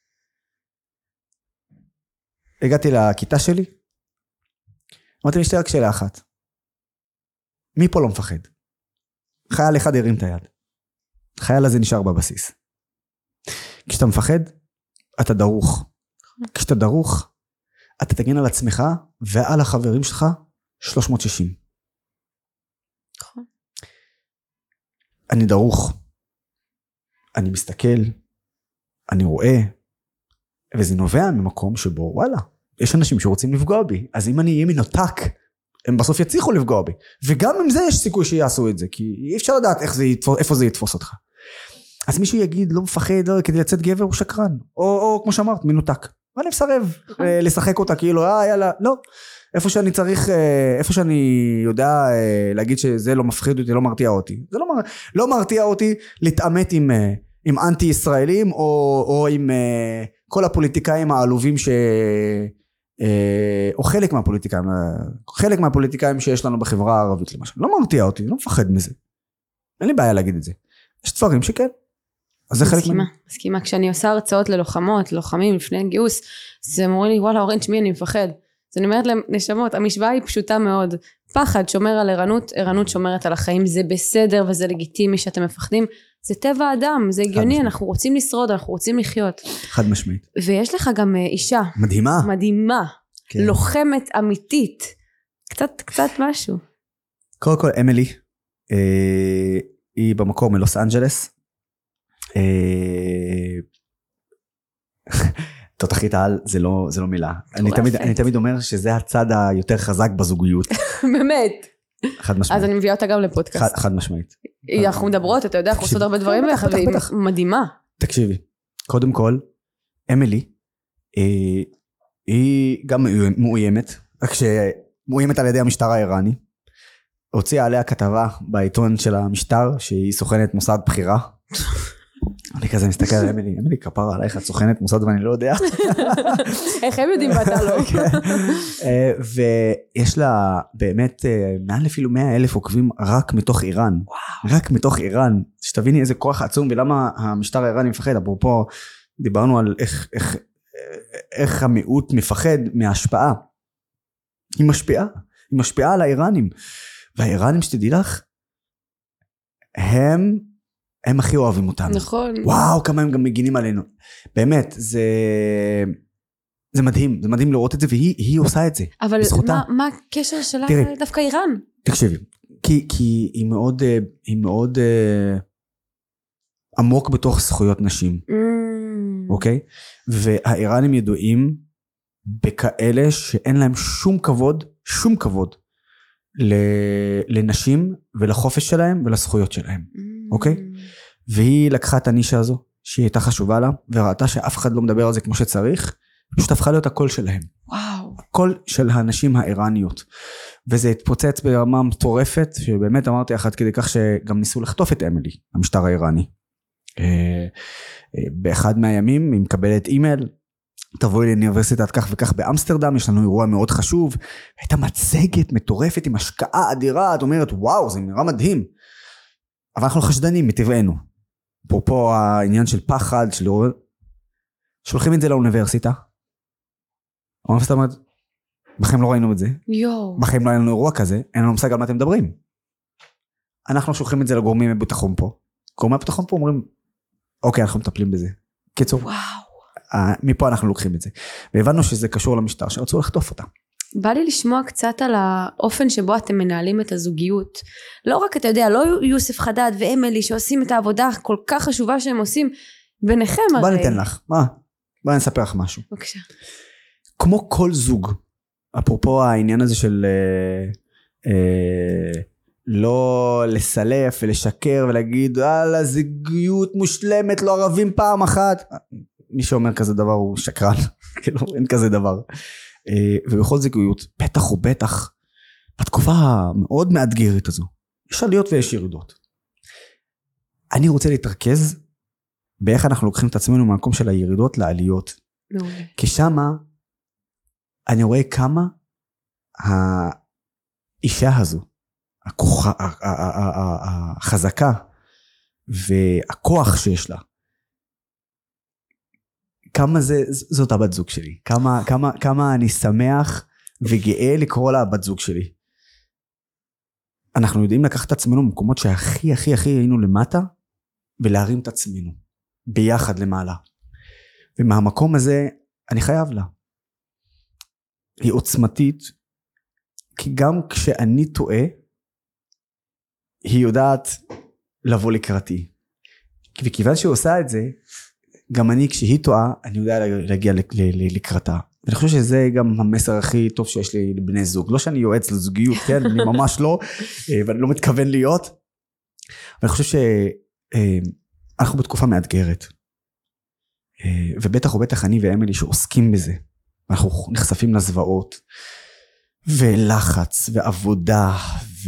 הגעתי לכיתה שלי, אמרתי לי שתי רק שאלה אחת. מי פה לא מפחד? חייל אחד הרים את היד. חייל הזה נשאר בבסיס. כשאתה מפחד, אתה דרוך. כשאתה דרוך, אתה תגן על עצמך ועל החברים שלך שלוש מאות ושישים. נכון. אני דרוך. אני מסתכל. אני רואה. וזה נובע ממקום שבו, וואלה, יש אנשים שרוצים לפגוע בי. אז אם אני אהיה מנותק, הם בסוף יצליחו לפגוע בי. וגם עם זה יש סיכוי שיעשו את זה, כי אי אפשר לדעת איך זה יתפוס, איפה זה יתפוס אותך. אז מישהו יגיד, לא מפחד, לא, כדי לצאת גבר הוא שקרן. או, או כמו שאמרת, מנותק. ואני מסרב אה, לשחק אותה, כאילו, אה, יאללה, לא. איפה שאני צריך, אה, איפה שאני יודע אה, להגיד שזה לא מפחיד אותי, לא מרתיע אותי. זה לא, לא מרתיע אותי להתעמת עם, אה, עם אנטי ישראלים, או, או עם אה, כל הפוליטיקאים העלובים ש... או חלק מהפוליטיקאים, חלק מהפוליטיקאים שיש לנו בחברה הערבית למשל, לא מרתיע אותי, לא מפחד מזה. אין לי בעיה להגיד את זה. יש דברים שכן. אז זה חלק מה... מסכימה, כשאני עושה הרצאות ללוחמות, לוחמים לפני גיוס, זה אמרו לי, וואלה, אורנץ' מי אני מפחד. אז אני אומרת להם, נשמות, המשוואה היא פשוטה מאוד. פחד שומר על ערנות, ערנות שומרת על החיים, זה בסדר וזה לגיטימי שאתם מפחדים. זה טבע האדם, זה הגיוני, אנחנו רוצים לשרוד, אנחנו רוצים לחיות. חד משמעית. ויש לך גם אישה. מדהימה. מדהימה. כן. לוחמת אמיתית. קצת, קצת משהו. קודם כל, אמילי, אה, היא במקור מלוס אנג'לס. אה, תותחית העל, זה לא, זה לא מילה. אני תמיד, אני תמיד אומר שזה הצד היותר חזק בזוגיות. באמת. חד משמעית. אז אני מביאה אותה גם לפודקאסט. חד, חד משמעית. אנחנו מדברות, אתה יודע, אנחנו עושות הרבה דברים ביחד, והיא מדהימה. תקשיבי, קודם כל, אמילי, היא גם מאוימת, רק שמאוימת על ידי המשטר האיראני, הוציאה עליה כתבה בעיתון של המשטר, שהיא סוכנת מוסד בחירה. אני כזה מסתכל על אמילי, אמילי כפרה עלייך, את סוכנת מוסד ואני לא יודע. איך הם יודעים ואתה לא? ויש לה באמת מעל אפילו מאה אלף עוקבים רק מתוך איראן. רק מתוך איראן. שתביני איזה כוח עצום ולמה המשטר האיראני מפחד. אפרופו דיברנו על איך, איך, איך המיעוט מפחד מההשפעה. היא משפיעה. היא משפיעה על האיראנים. והאיראנים שתדעי לך, הם הם הכי אוהבים אותנו. נכון. וואו, כמה הם גם מגינים עלינו. באמת, זה, זה מדהים, זה מדהים לראות את זה, והיא היא עושה את זה. אבל בזכותה. מה, מה הקשר שלה תראי, דווקא איראן? תקשיבי, כי, כי היא מאוד, היא מאוד uh, עמוק בתוך זכויות נשים, Mm. אוקיי? והאיראנים ידועים בכאלה שאין להם שום כבוד, שום כבוד, לנשים ולחופש שלהם ולזכויות שלהם, Mm. אוקיי? והיא לקחה את הנישה הזו, שהיא הייתה חשובה לה, וראתה שאף אחד לא מדבר על זה כמו שצריך, פשוט הפכה להיות הקול שלהם. וואו. הקול של האנשים האיראניות. וזה התפוצץ ברמה מטורפת, שבאמת אמרתי אחת כדי כך שגם ניסו לחטוף את אמילי, המשטר האיראני. באחד מהימים היא מקבלת אימייל, תבואי לאוניברסיטת כך וכך באמסטרדם, יש לנו אירוע מאוד חשוב, הייתה מצגת מטורפת עם השקעה אדירה, את אומרת וואו זה נראה מדהים, אבל אנחנו חשדנים מטבענו, פה העניין של פחד, של... שולחים את זה לאוניברסיטה, האוניברסיטה אומרת, בחיים לא ראינו את זה, יו. בחיים לא היה לנו אירוע כזה, אין לנו מושג על מה אתם מדברים, אנחנו שולחים את זה לגורמים מביטחון פה, גורמי הביטחון פה אומרים, אוקיי אנחנו מטפלים בזה, קיצור, וואו. מפה אנחנו לוקחים את זה, והבנו שזה קשור למשטר, שרצו לחטוף אותה. בא לי לשמוע קצת על האופן שבו אתם מנהלים את הזוגיות, לא רק אתה יודע, לא יוסף חדד ואמילי שעושים את העבודה כל כך חשובה שהם עושים, ביניכם הרי. בוא ניתן לך, מה? בוא נספר לך משהו. בבקשה. כמו כל זוג, אפרופו העניין הזה של אה, אה, לא לסלף ולשקר ולהגיד, על זוגיות מושלמת, לא ערבים פעם אחת, מי שאומר כזה דבר הוא שקרן, כאילו אין כזה דבר. ובכל זוגיות, בטח ובטח, בתקופה המאוד מאתגרת הזו, יש עליות ויש ירידות. אני רוצה להתרכז באיך אנחנו לוקחים את עצמנו מהמקום של הירידות לעליות. כי שמה אני רואה כמה האישה הזו, החזקה והכוח שיש לה, כמה זה, זאת הבת זוג שלי, כמה, כמה, כמה אני שמח וגאה לקרוא לה הבת זוג שלי. אנחנו יודעים לקחת את עצמנו במקומות שהכי הכי הכי היינו למטה, ולהרים את עצמנו, ביחד למעלה. ומהמקום הזה אני חייב לה. היא עוצמתית, כי גם כשאני טועה, היא יודעת לבוא לקראתי. וכיוון שהיא עושה את זה, גם אני כשהיא טועה, אני יודע להגיע לקראתה. ואני חושב שזה גם המסר הכי טוב שיש לי לבני זוג. לא שאני יועץ לזוגיות, כן? אני ממש לא, ואני לא מתכוון להיות. ואני חושב שאנחנו בתקופה מאתגרת. ובטח ובטח אני ואמילי שעוסקים בזה. אנחנו נחשפים לזוועות, ולחץ, ועבודה, ו...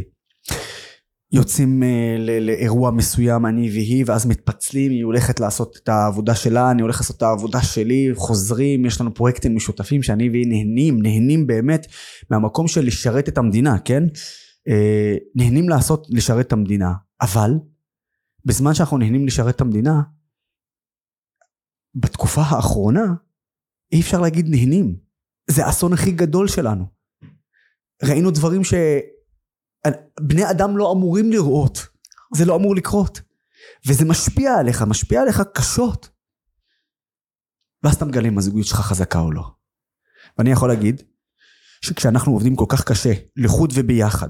יוצאים לאירוע מסוים אני והיא, ואז מתפצלים, היא הולכת לעשות את העבודה שלה, אני הולך לעשות את העבודה שלי, חוזרים, יש לנו פרויקטים משותפים שאני והיא נהנים, נהנים באמת מהמקום של לשרת את המדינה, כן? נהנים לעשות, לשרת את המדינה, אבל בזמן שאנחנו נהנים לשרת את המדינה, בתקופה האחרונה, אי אפשר להגיד נהנים, זה האסון הכי גדול שלנו. ראינו דברים ש... בני אדם לא אמורים לראות, זה לא אמור לקרות, וזה משפיע עליך, משפיע עליך קשות, ואז אתה מגלה אם הזוגיות שלך חזקה או לא. ואני יכול להגיד, שכשאנחנו עובדים כל כך קשה, לחוד וביחד,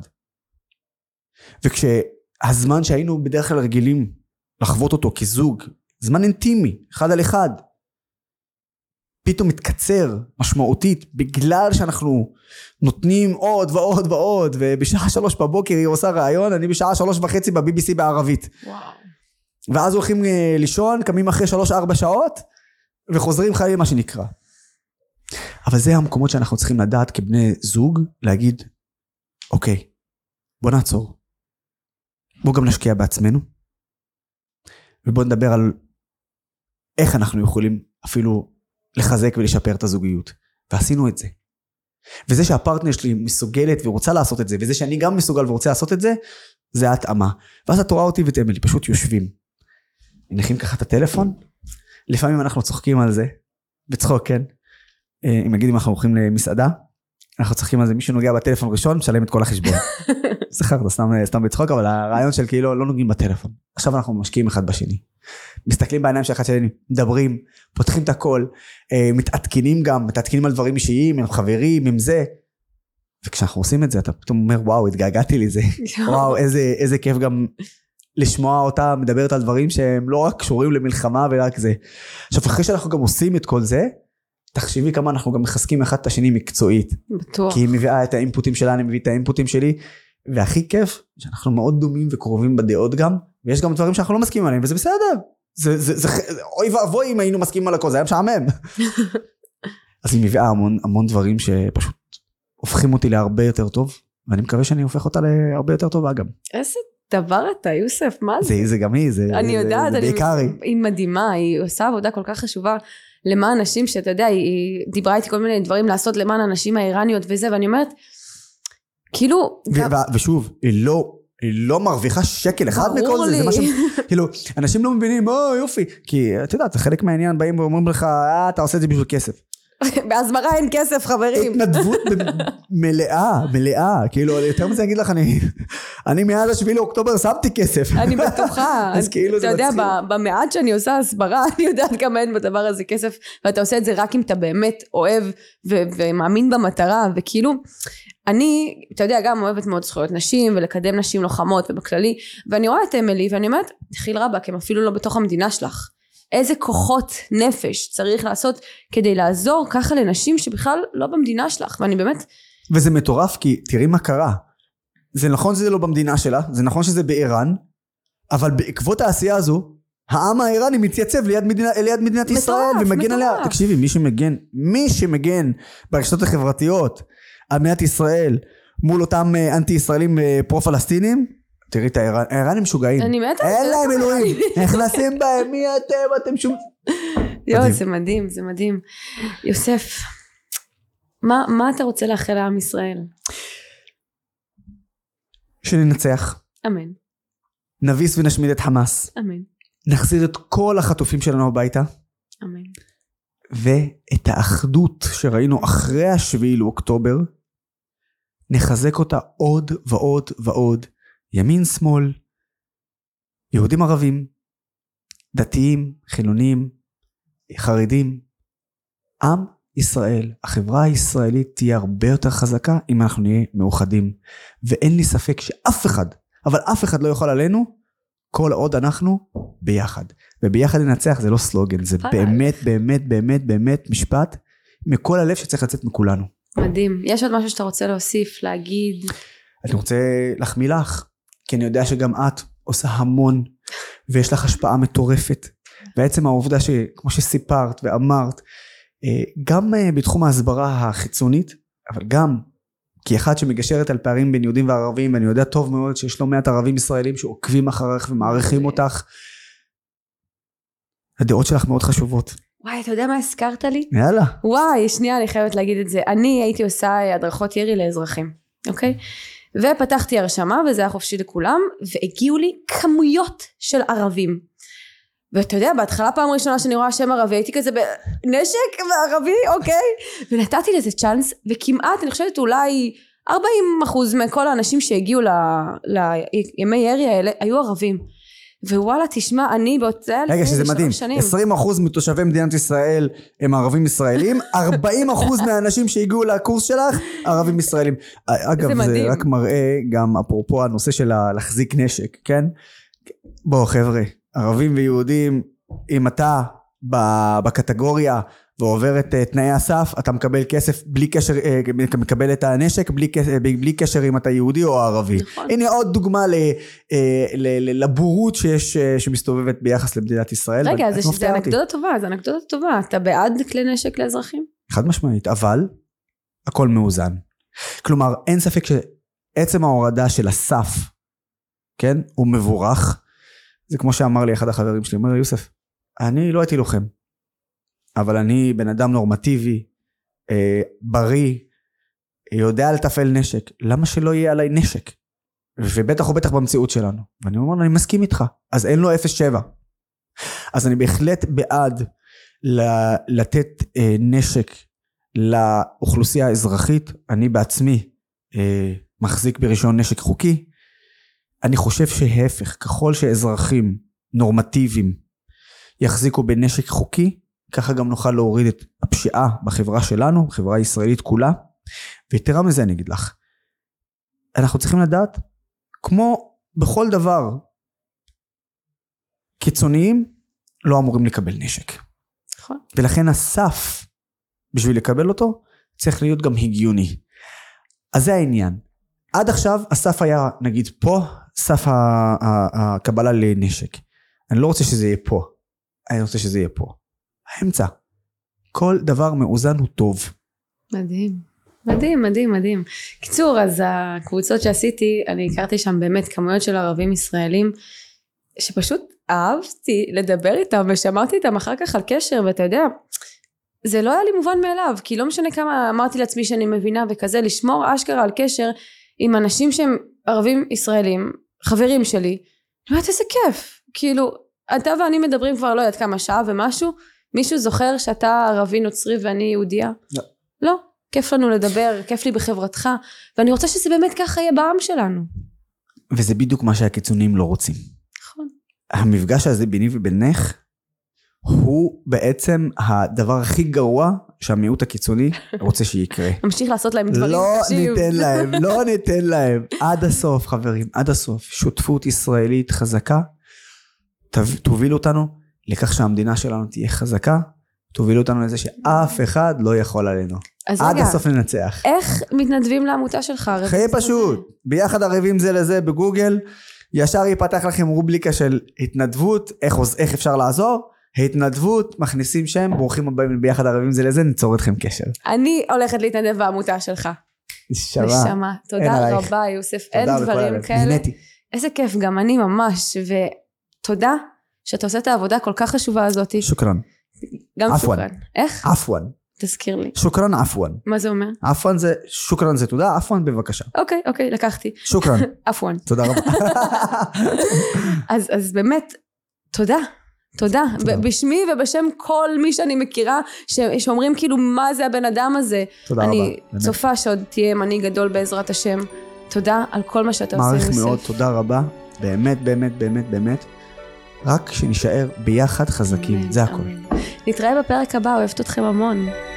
וכשהזמן שהיינו בדרך כלל רגילים לחוות אותו כזוג, זמן אינטימי, אחד על אחד, פתאום מתקצר משמעותית, בגלל שאנחנו נותנים עוד ועוד ועוד, ובשעה שלוש בבוקר היא עושה רעיון, אני בשעה שלוש וחצי בבי בי סי בערבית. וואו. ואז הולכים לישון, קמים אחרי שלוש ארבע שעות, וחוזרים חיים מה שנקרא. אבל זה המקומות שאנחנו צריכים לדעת כבני זוג, להגיד, אוקיי, בוא נעצור. בוא גם נשקיע בעצמנו, ובוא נדבר על איך אנחנו יכולים אפילו לחזק ולשפר את הזוגיות. ועשינו את זה. וזה שהפרטנר שלי מסוגלת ורוצה לעשות את זה, וזה שאני גם מסוגל ורוצה לעשות את זה, זה ההתאמה. ואז את רואה אותי ואת אמילי, פשוט יושבים. מניחים ככה את הטלפון, לפעמים אנחנו צוחקים על זה, בצחוק, כן? אם נגיד אם אנחנו הולכים למסעדה, אנחנו צריכים על זה, מישהו נוגע בטלפון ראשון, משלם את כל החשבון. סחר, סתם, סתם בצחוק, אבל הרעיון של כאילו לא נוגעים בטלפון. עכשיו אנחנו משקיעים אחד בשני. מסתכלים בעיניים של אחד שני, מדברים, פותחים את הכל, מתעדכנים גם, מתעדכנים על דברים אישיים, עם חברים, עם זה. וכשאנחנו עושים את זה, אתה פתאום אומר, וואו, התגעגעתי לזה. וואו, איזה, איזה כיף גם לשמוע אותה, מדברת על דברים שהם לא רק קשורים למלחמה ורק זה. עכשיו, אחרי שאנחנו גם עושים את כל זה, תחשבי כמה אנחנו גם מחזקים אחד את השני מקצועית. בטוח. כי היא מביאה את האינפוטים שלה, אני מביא את האינפוטים שלי, והכי כיף, שאנחנו מאוד דומים וקרובים בדעות גם, ויש גם דברים שאנחנו לא מסכימים עליהם, וזה בסדר. זה, זה, זה, אוי ואבוי אם היינו מסכימים על הכל, זה היה משעמם. אז היא מביאה המון, המון דברים שפשוט הופכים אותי להרבה יותר טוב, ואני מקווה שאני הופך אותה להרבה יותר טובה גם. איזה דבר אתה, יוסף, מה זה? זה, זה גם היא, זה, אני יודעת, זה, זה בעיקר היא. היא מדהימה, היא עושה עבודה כל כך חשובה, למען אנשים שאתה יודע, היא דיברה איתי כל מיני דברים לעשות למען הנשים האיראניות וזה, ואני אומרת, כאילו... ושוב, היא לא, היא לא מרוויחה שקל אחד מכל זה, זה משהו, כאילו, אנשים לא מבינים, או יופי, כי אתה יודע, זה חלק מהעניין, באים ואומרים לך, אה, אתה עושה את זה בשביל כסף. בהסברה אין כסף, חברים. התנדבות מלאה, מלאה, כאילו, יותר מזה אגיד לך, אני מעל השביעי לאוקטובר שמתי כסף. אני בטוחה. אז כאילו זה מצחיק. אתה יודע, מצחיק. במעט שאני עושה הסברה, אני יודעת כמה אין בדבר הזה כסף, ואתה עושה את זה רק אם אתה באמת אוהב ומאמין במטרה, וכאילו, אני, אתה יודע, גם אוהבת מאוד זכויות נשים, ולקדם נשים לוחמות ובכללי, ואני רואה את אמילי, ואני אומרת, תחיל רבק, הם אפילו לא בתוך המדינה שלך. איזה כוחות נפש צריך לעשות כדי לעזור ככה לנשים שבכלל לא במדינה שלך, ואני באמת... וזה מטורף, כי תראי מה קרה. זה נכון שזה לא במדינה שלה, זה נכון שזה באיראן, אבל בעקבות העשייה הזו, העם האיראני מתייצב ליד, מדינה, ליד מדינת מטורף, ישראל, ומגן מטורף. עליה. תקשיבי, מי שמגן, מי שמגן ברשתות החברתיות, על מדינת ישראל, מול אותם אנטי ישראלים פרו-פלסטינים, תראי את האיראן, האיראנים משוגעים. אני מתה. אין להם אלוהים. נכנסים בהם, מי אתם? אתם שום... יואו, זה מדהים, זה מדהים. יוסף, מה, מה אתה רוצה לאחל לעם ישראל? שננצח. אמן. נביס ונשמיד את חמאס. אמן. נחזיר את כל החטופים שלנו הביתה. אמן. ואת האחדות שראינו אחרי השביעי לאוקטובר, נחזק אותה עוד ועוד ועוד. ימין, שמאל, יהודים ערבים, דתיים, חילונים, חרדים. עם ישראל, החברה הישראלית תהיה הרבה יותר חזקה אם אנחנו נהיה מאוחדים. ואין לי ספק שאף אחד, אבל אף אחד לא יכול עלינו, כל עוד אנחנו ביחד. וביחד לנצח זה לא סלוגן, זה באמת, באמת, באמת, באמת משפט מכל הלב שצריך לצאת מכולנו. מדהים. יש עוד משהו שאתה רוצה להוסיף, להגיד? אני רוצה להחמיא לך. כי אני יודע שגם את עושה המון, ויש לך השפעה מטורפת. בעצם העובדה שכמו שסיפרת ואמרת, גם בתחום ההסברה החיצונית, אבל גם כאחד שמגשרת על פערים בין יהודים וערבים, ואני יודע טוב מאוד שיש לא מעט ערבים ישראלים שעוקבים אחריך ומעריכים אותך. הדעות שלך מאוד חשובות. וואי, אתה יודע מה הזכרת לי? יאללה. וואי, שנייה, אני חייבת להגיד את זה. אני הייתי עושה הדרכות ירי לאזרחים, אוקיי? ופתחתי הרשמה, וזה היה חופשי לכולם, והגיעו לי כמויות של ערבים. ואתה יודע, בהתחלה פעם ראשונה שאני רואה שם ערבי, הייתי כזה בנשק ערבי, אוקיי? ונתתי לזה צ'אנס, וכמעט, אני חושבת אולי ארבעים אחוז מכל האנשים שהגיעו לימי ירי האלה, היו ערבים. ווואלה, תשמע, אני באותה... רגע, שזה מדהים. עשרים אחוז מתושבי מדינת ישראל הם ערבים ישראלים, ארבעים אחוז מהאנשים שהגיעו לקורס שלך, ערבים ישראלים. אגב, זה רק מראה גם אפרופו הנושא של להחזיק נשק, כן? בואו חבר'ה, ערבים ויהודים, אם אתה בקטגוריה ועובר את תנאי הסף, אתה מקבל כסף בלי קשר, מקבל את הנשק בלי, בלי קשר אם אתה יהודי או ערבי. נכון. הנה עוד דוגמה ל, ל, לבורות שיש, שמסתובבת ביחס למדינת ישראל. רגע, זה, זה אנקדוטה טובה, זה אנקדוטה טובה. אתה בעד כלי נשק לאזרחים? חד משמעית, אבל הכל מאוזן. כלומר, אין ספק שעצם ההורדה של הסף, כן, הוא מבורך. זה כמו שאמר לי אחד החברים שלי, אומר יוסף, אני לא הייתי לוחם. אבל אני בן אדם נורמטיבי, אה, בריא, יודע לתפעל נשק, למה שלא יהיה עליי נשק? ובטח או בטח במציאות שלנו. ואני אומר, אני מסכים איתך, אז אין לו אפס שבע. אז אני בהחלט בעד לתת אה, נשק לאוכלוסייה האזרחית, אני בעצמי אה, מחזיק ברישיון נשק חוקי, אני חושב שהפך, ככל שאזרחים נורמטיביים יחזיקו בנשק חוקי, ככה גם נוכל להוריד את הפשיעה בחברה שלנו, בחברה הישראלית כולה, ויתרה מזה אני אגיד לך, אנחנו צריכים לדעת, כמו בכל דבר, קיצוניים לא אמורים לקבל נשק. נכון. ולכן הסף, בשביל לקבל אותו, צריך להיות גם הגיוני. אז זה העניין. עד עכשיו הסף היה, נגיד פה, סף הקבלה לנשק. אני לא רוצה שזה יהיה פה, אני רוצה שזה יהיה פה. האמצע. כל דבר מאוזן הוא טוב. מדהים. מדהים, מדהים, מדהים. קיצור, אז הקבוצות שעשיתי, אני הכרתי שם באמת כמויות של ערבים ישראלים, שפשוט אהבתי לדבר איתם, ושמרתי איתם אחר כך על קשר, ואתה יודע, זה לא היה לי מובן מאליו, כי לא משנה כמה אמרתי לעצמי שאני מבינה וכזה, לשמור אשכרה על קשר עם אנשים שהם ערבים ישראלים, חברים שלי, אני אומרת איזה כיף, כאילו, אתה ואני מדברים כבר לא יודעת כמה שעה ומשהו, מישהו זוכר שאתה ערבי נוצרי ואני יהודיה? לא. לא, כיף לנו לדבר, כיף לי בחברתך, ואני רוצה שזה באמת ככה יהיה בעם שלנו. וזה בדיוק מה שהקיצונים לא רוצים. נכון. המפגש הזה ביני ובינך, הוא בעצם הדבר הכי גרוע שהמיעוט הקיצוני רוצה שיקרה. נמשיך לעשות להם דברים. לא ניתן להם, לא ניתן להם. עד הסוף חברים, עד הסוף. שותפות ישראלית חזקה, תובילו אותנו לכך שהמדינה שלנו תהיה חזקה, תובילו אותנו לזה שאף אחד לא יכול עלינו. עד רגע, הסוף ננצח. איך מתנדבים לעמותה שלך? חיי פשוט, ביחד ערבים זה לזה בגוגל, ישר ייפתח לכם רובליקה של התנדבות, איך, איך אפשר לעזור, התנדבות, מכניסים שם, ברוכים הבאים ביחד ערבים זה לזה, ניצור אתכם קשר. אני הולכת להתנדב בעמותה שלך. נשמה. נשמה, תודה רבה יוסף, אין דברים כאלה. נהניתי. איזה כיף, גם אני ממש, ותודה שאתה עושה את העבודה כל כך חשובה הזאת. שוקרן. גם שוקרן. איך? עפואן. תזכיר לי. שוקרן עפואן. מה זה אומר? עפואן זה, שוקרן זה תודה, עפואן בבקשה. אוקיי, אוקיי, לקחתי. שוקרן. עפואן. תודה רבה. אז, אז באמת, תודה. תודה. בשמי ובשם כל מי שאני מכירה, שאומרים כאילו מה זה הבן אדם הזה. תודה רבה. אני צופה שעוד תהיה מנהיג גדול בעזרת השם. תודה על כל מה שאתה עושה, יוסף. מעריך מאוד, תודה רבה. באמת, באמת, באמת, באמת. רק שנשאר ביחד חזקים, זה הכל. נתראה בפרק הבא, אוהבת אתכם המון.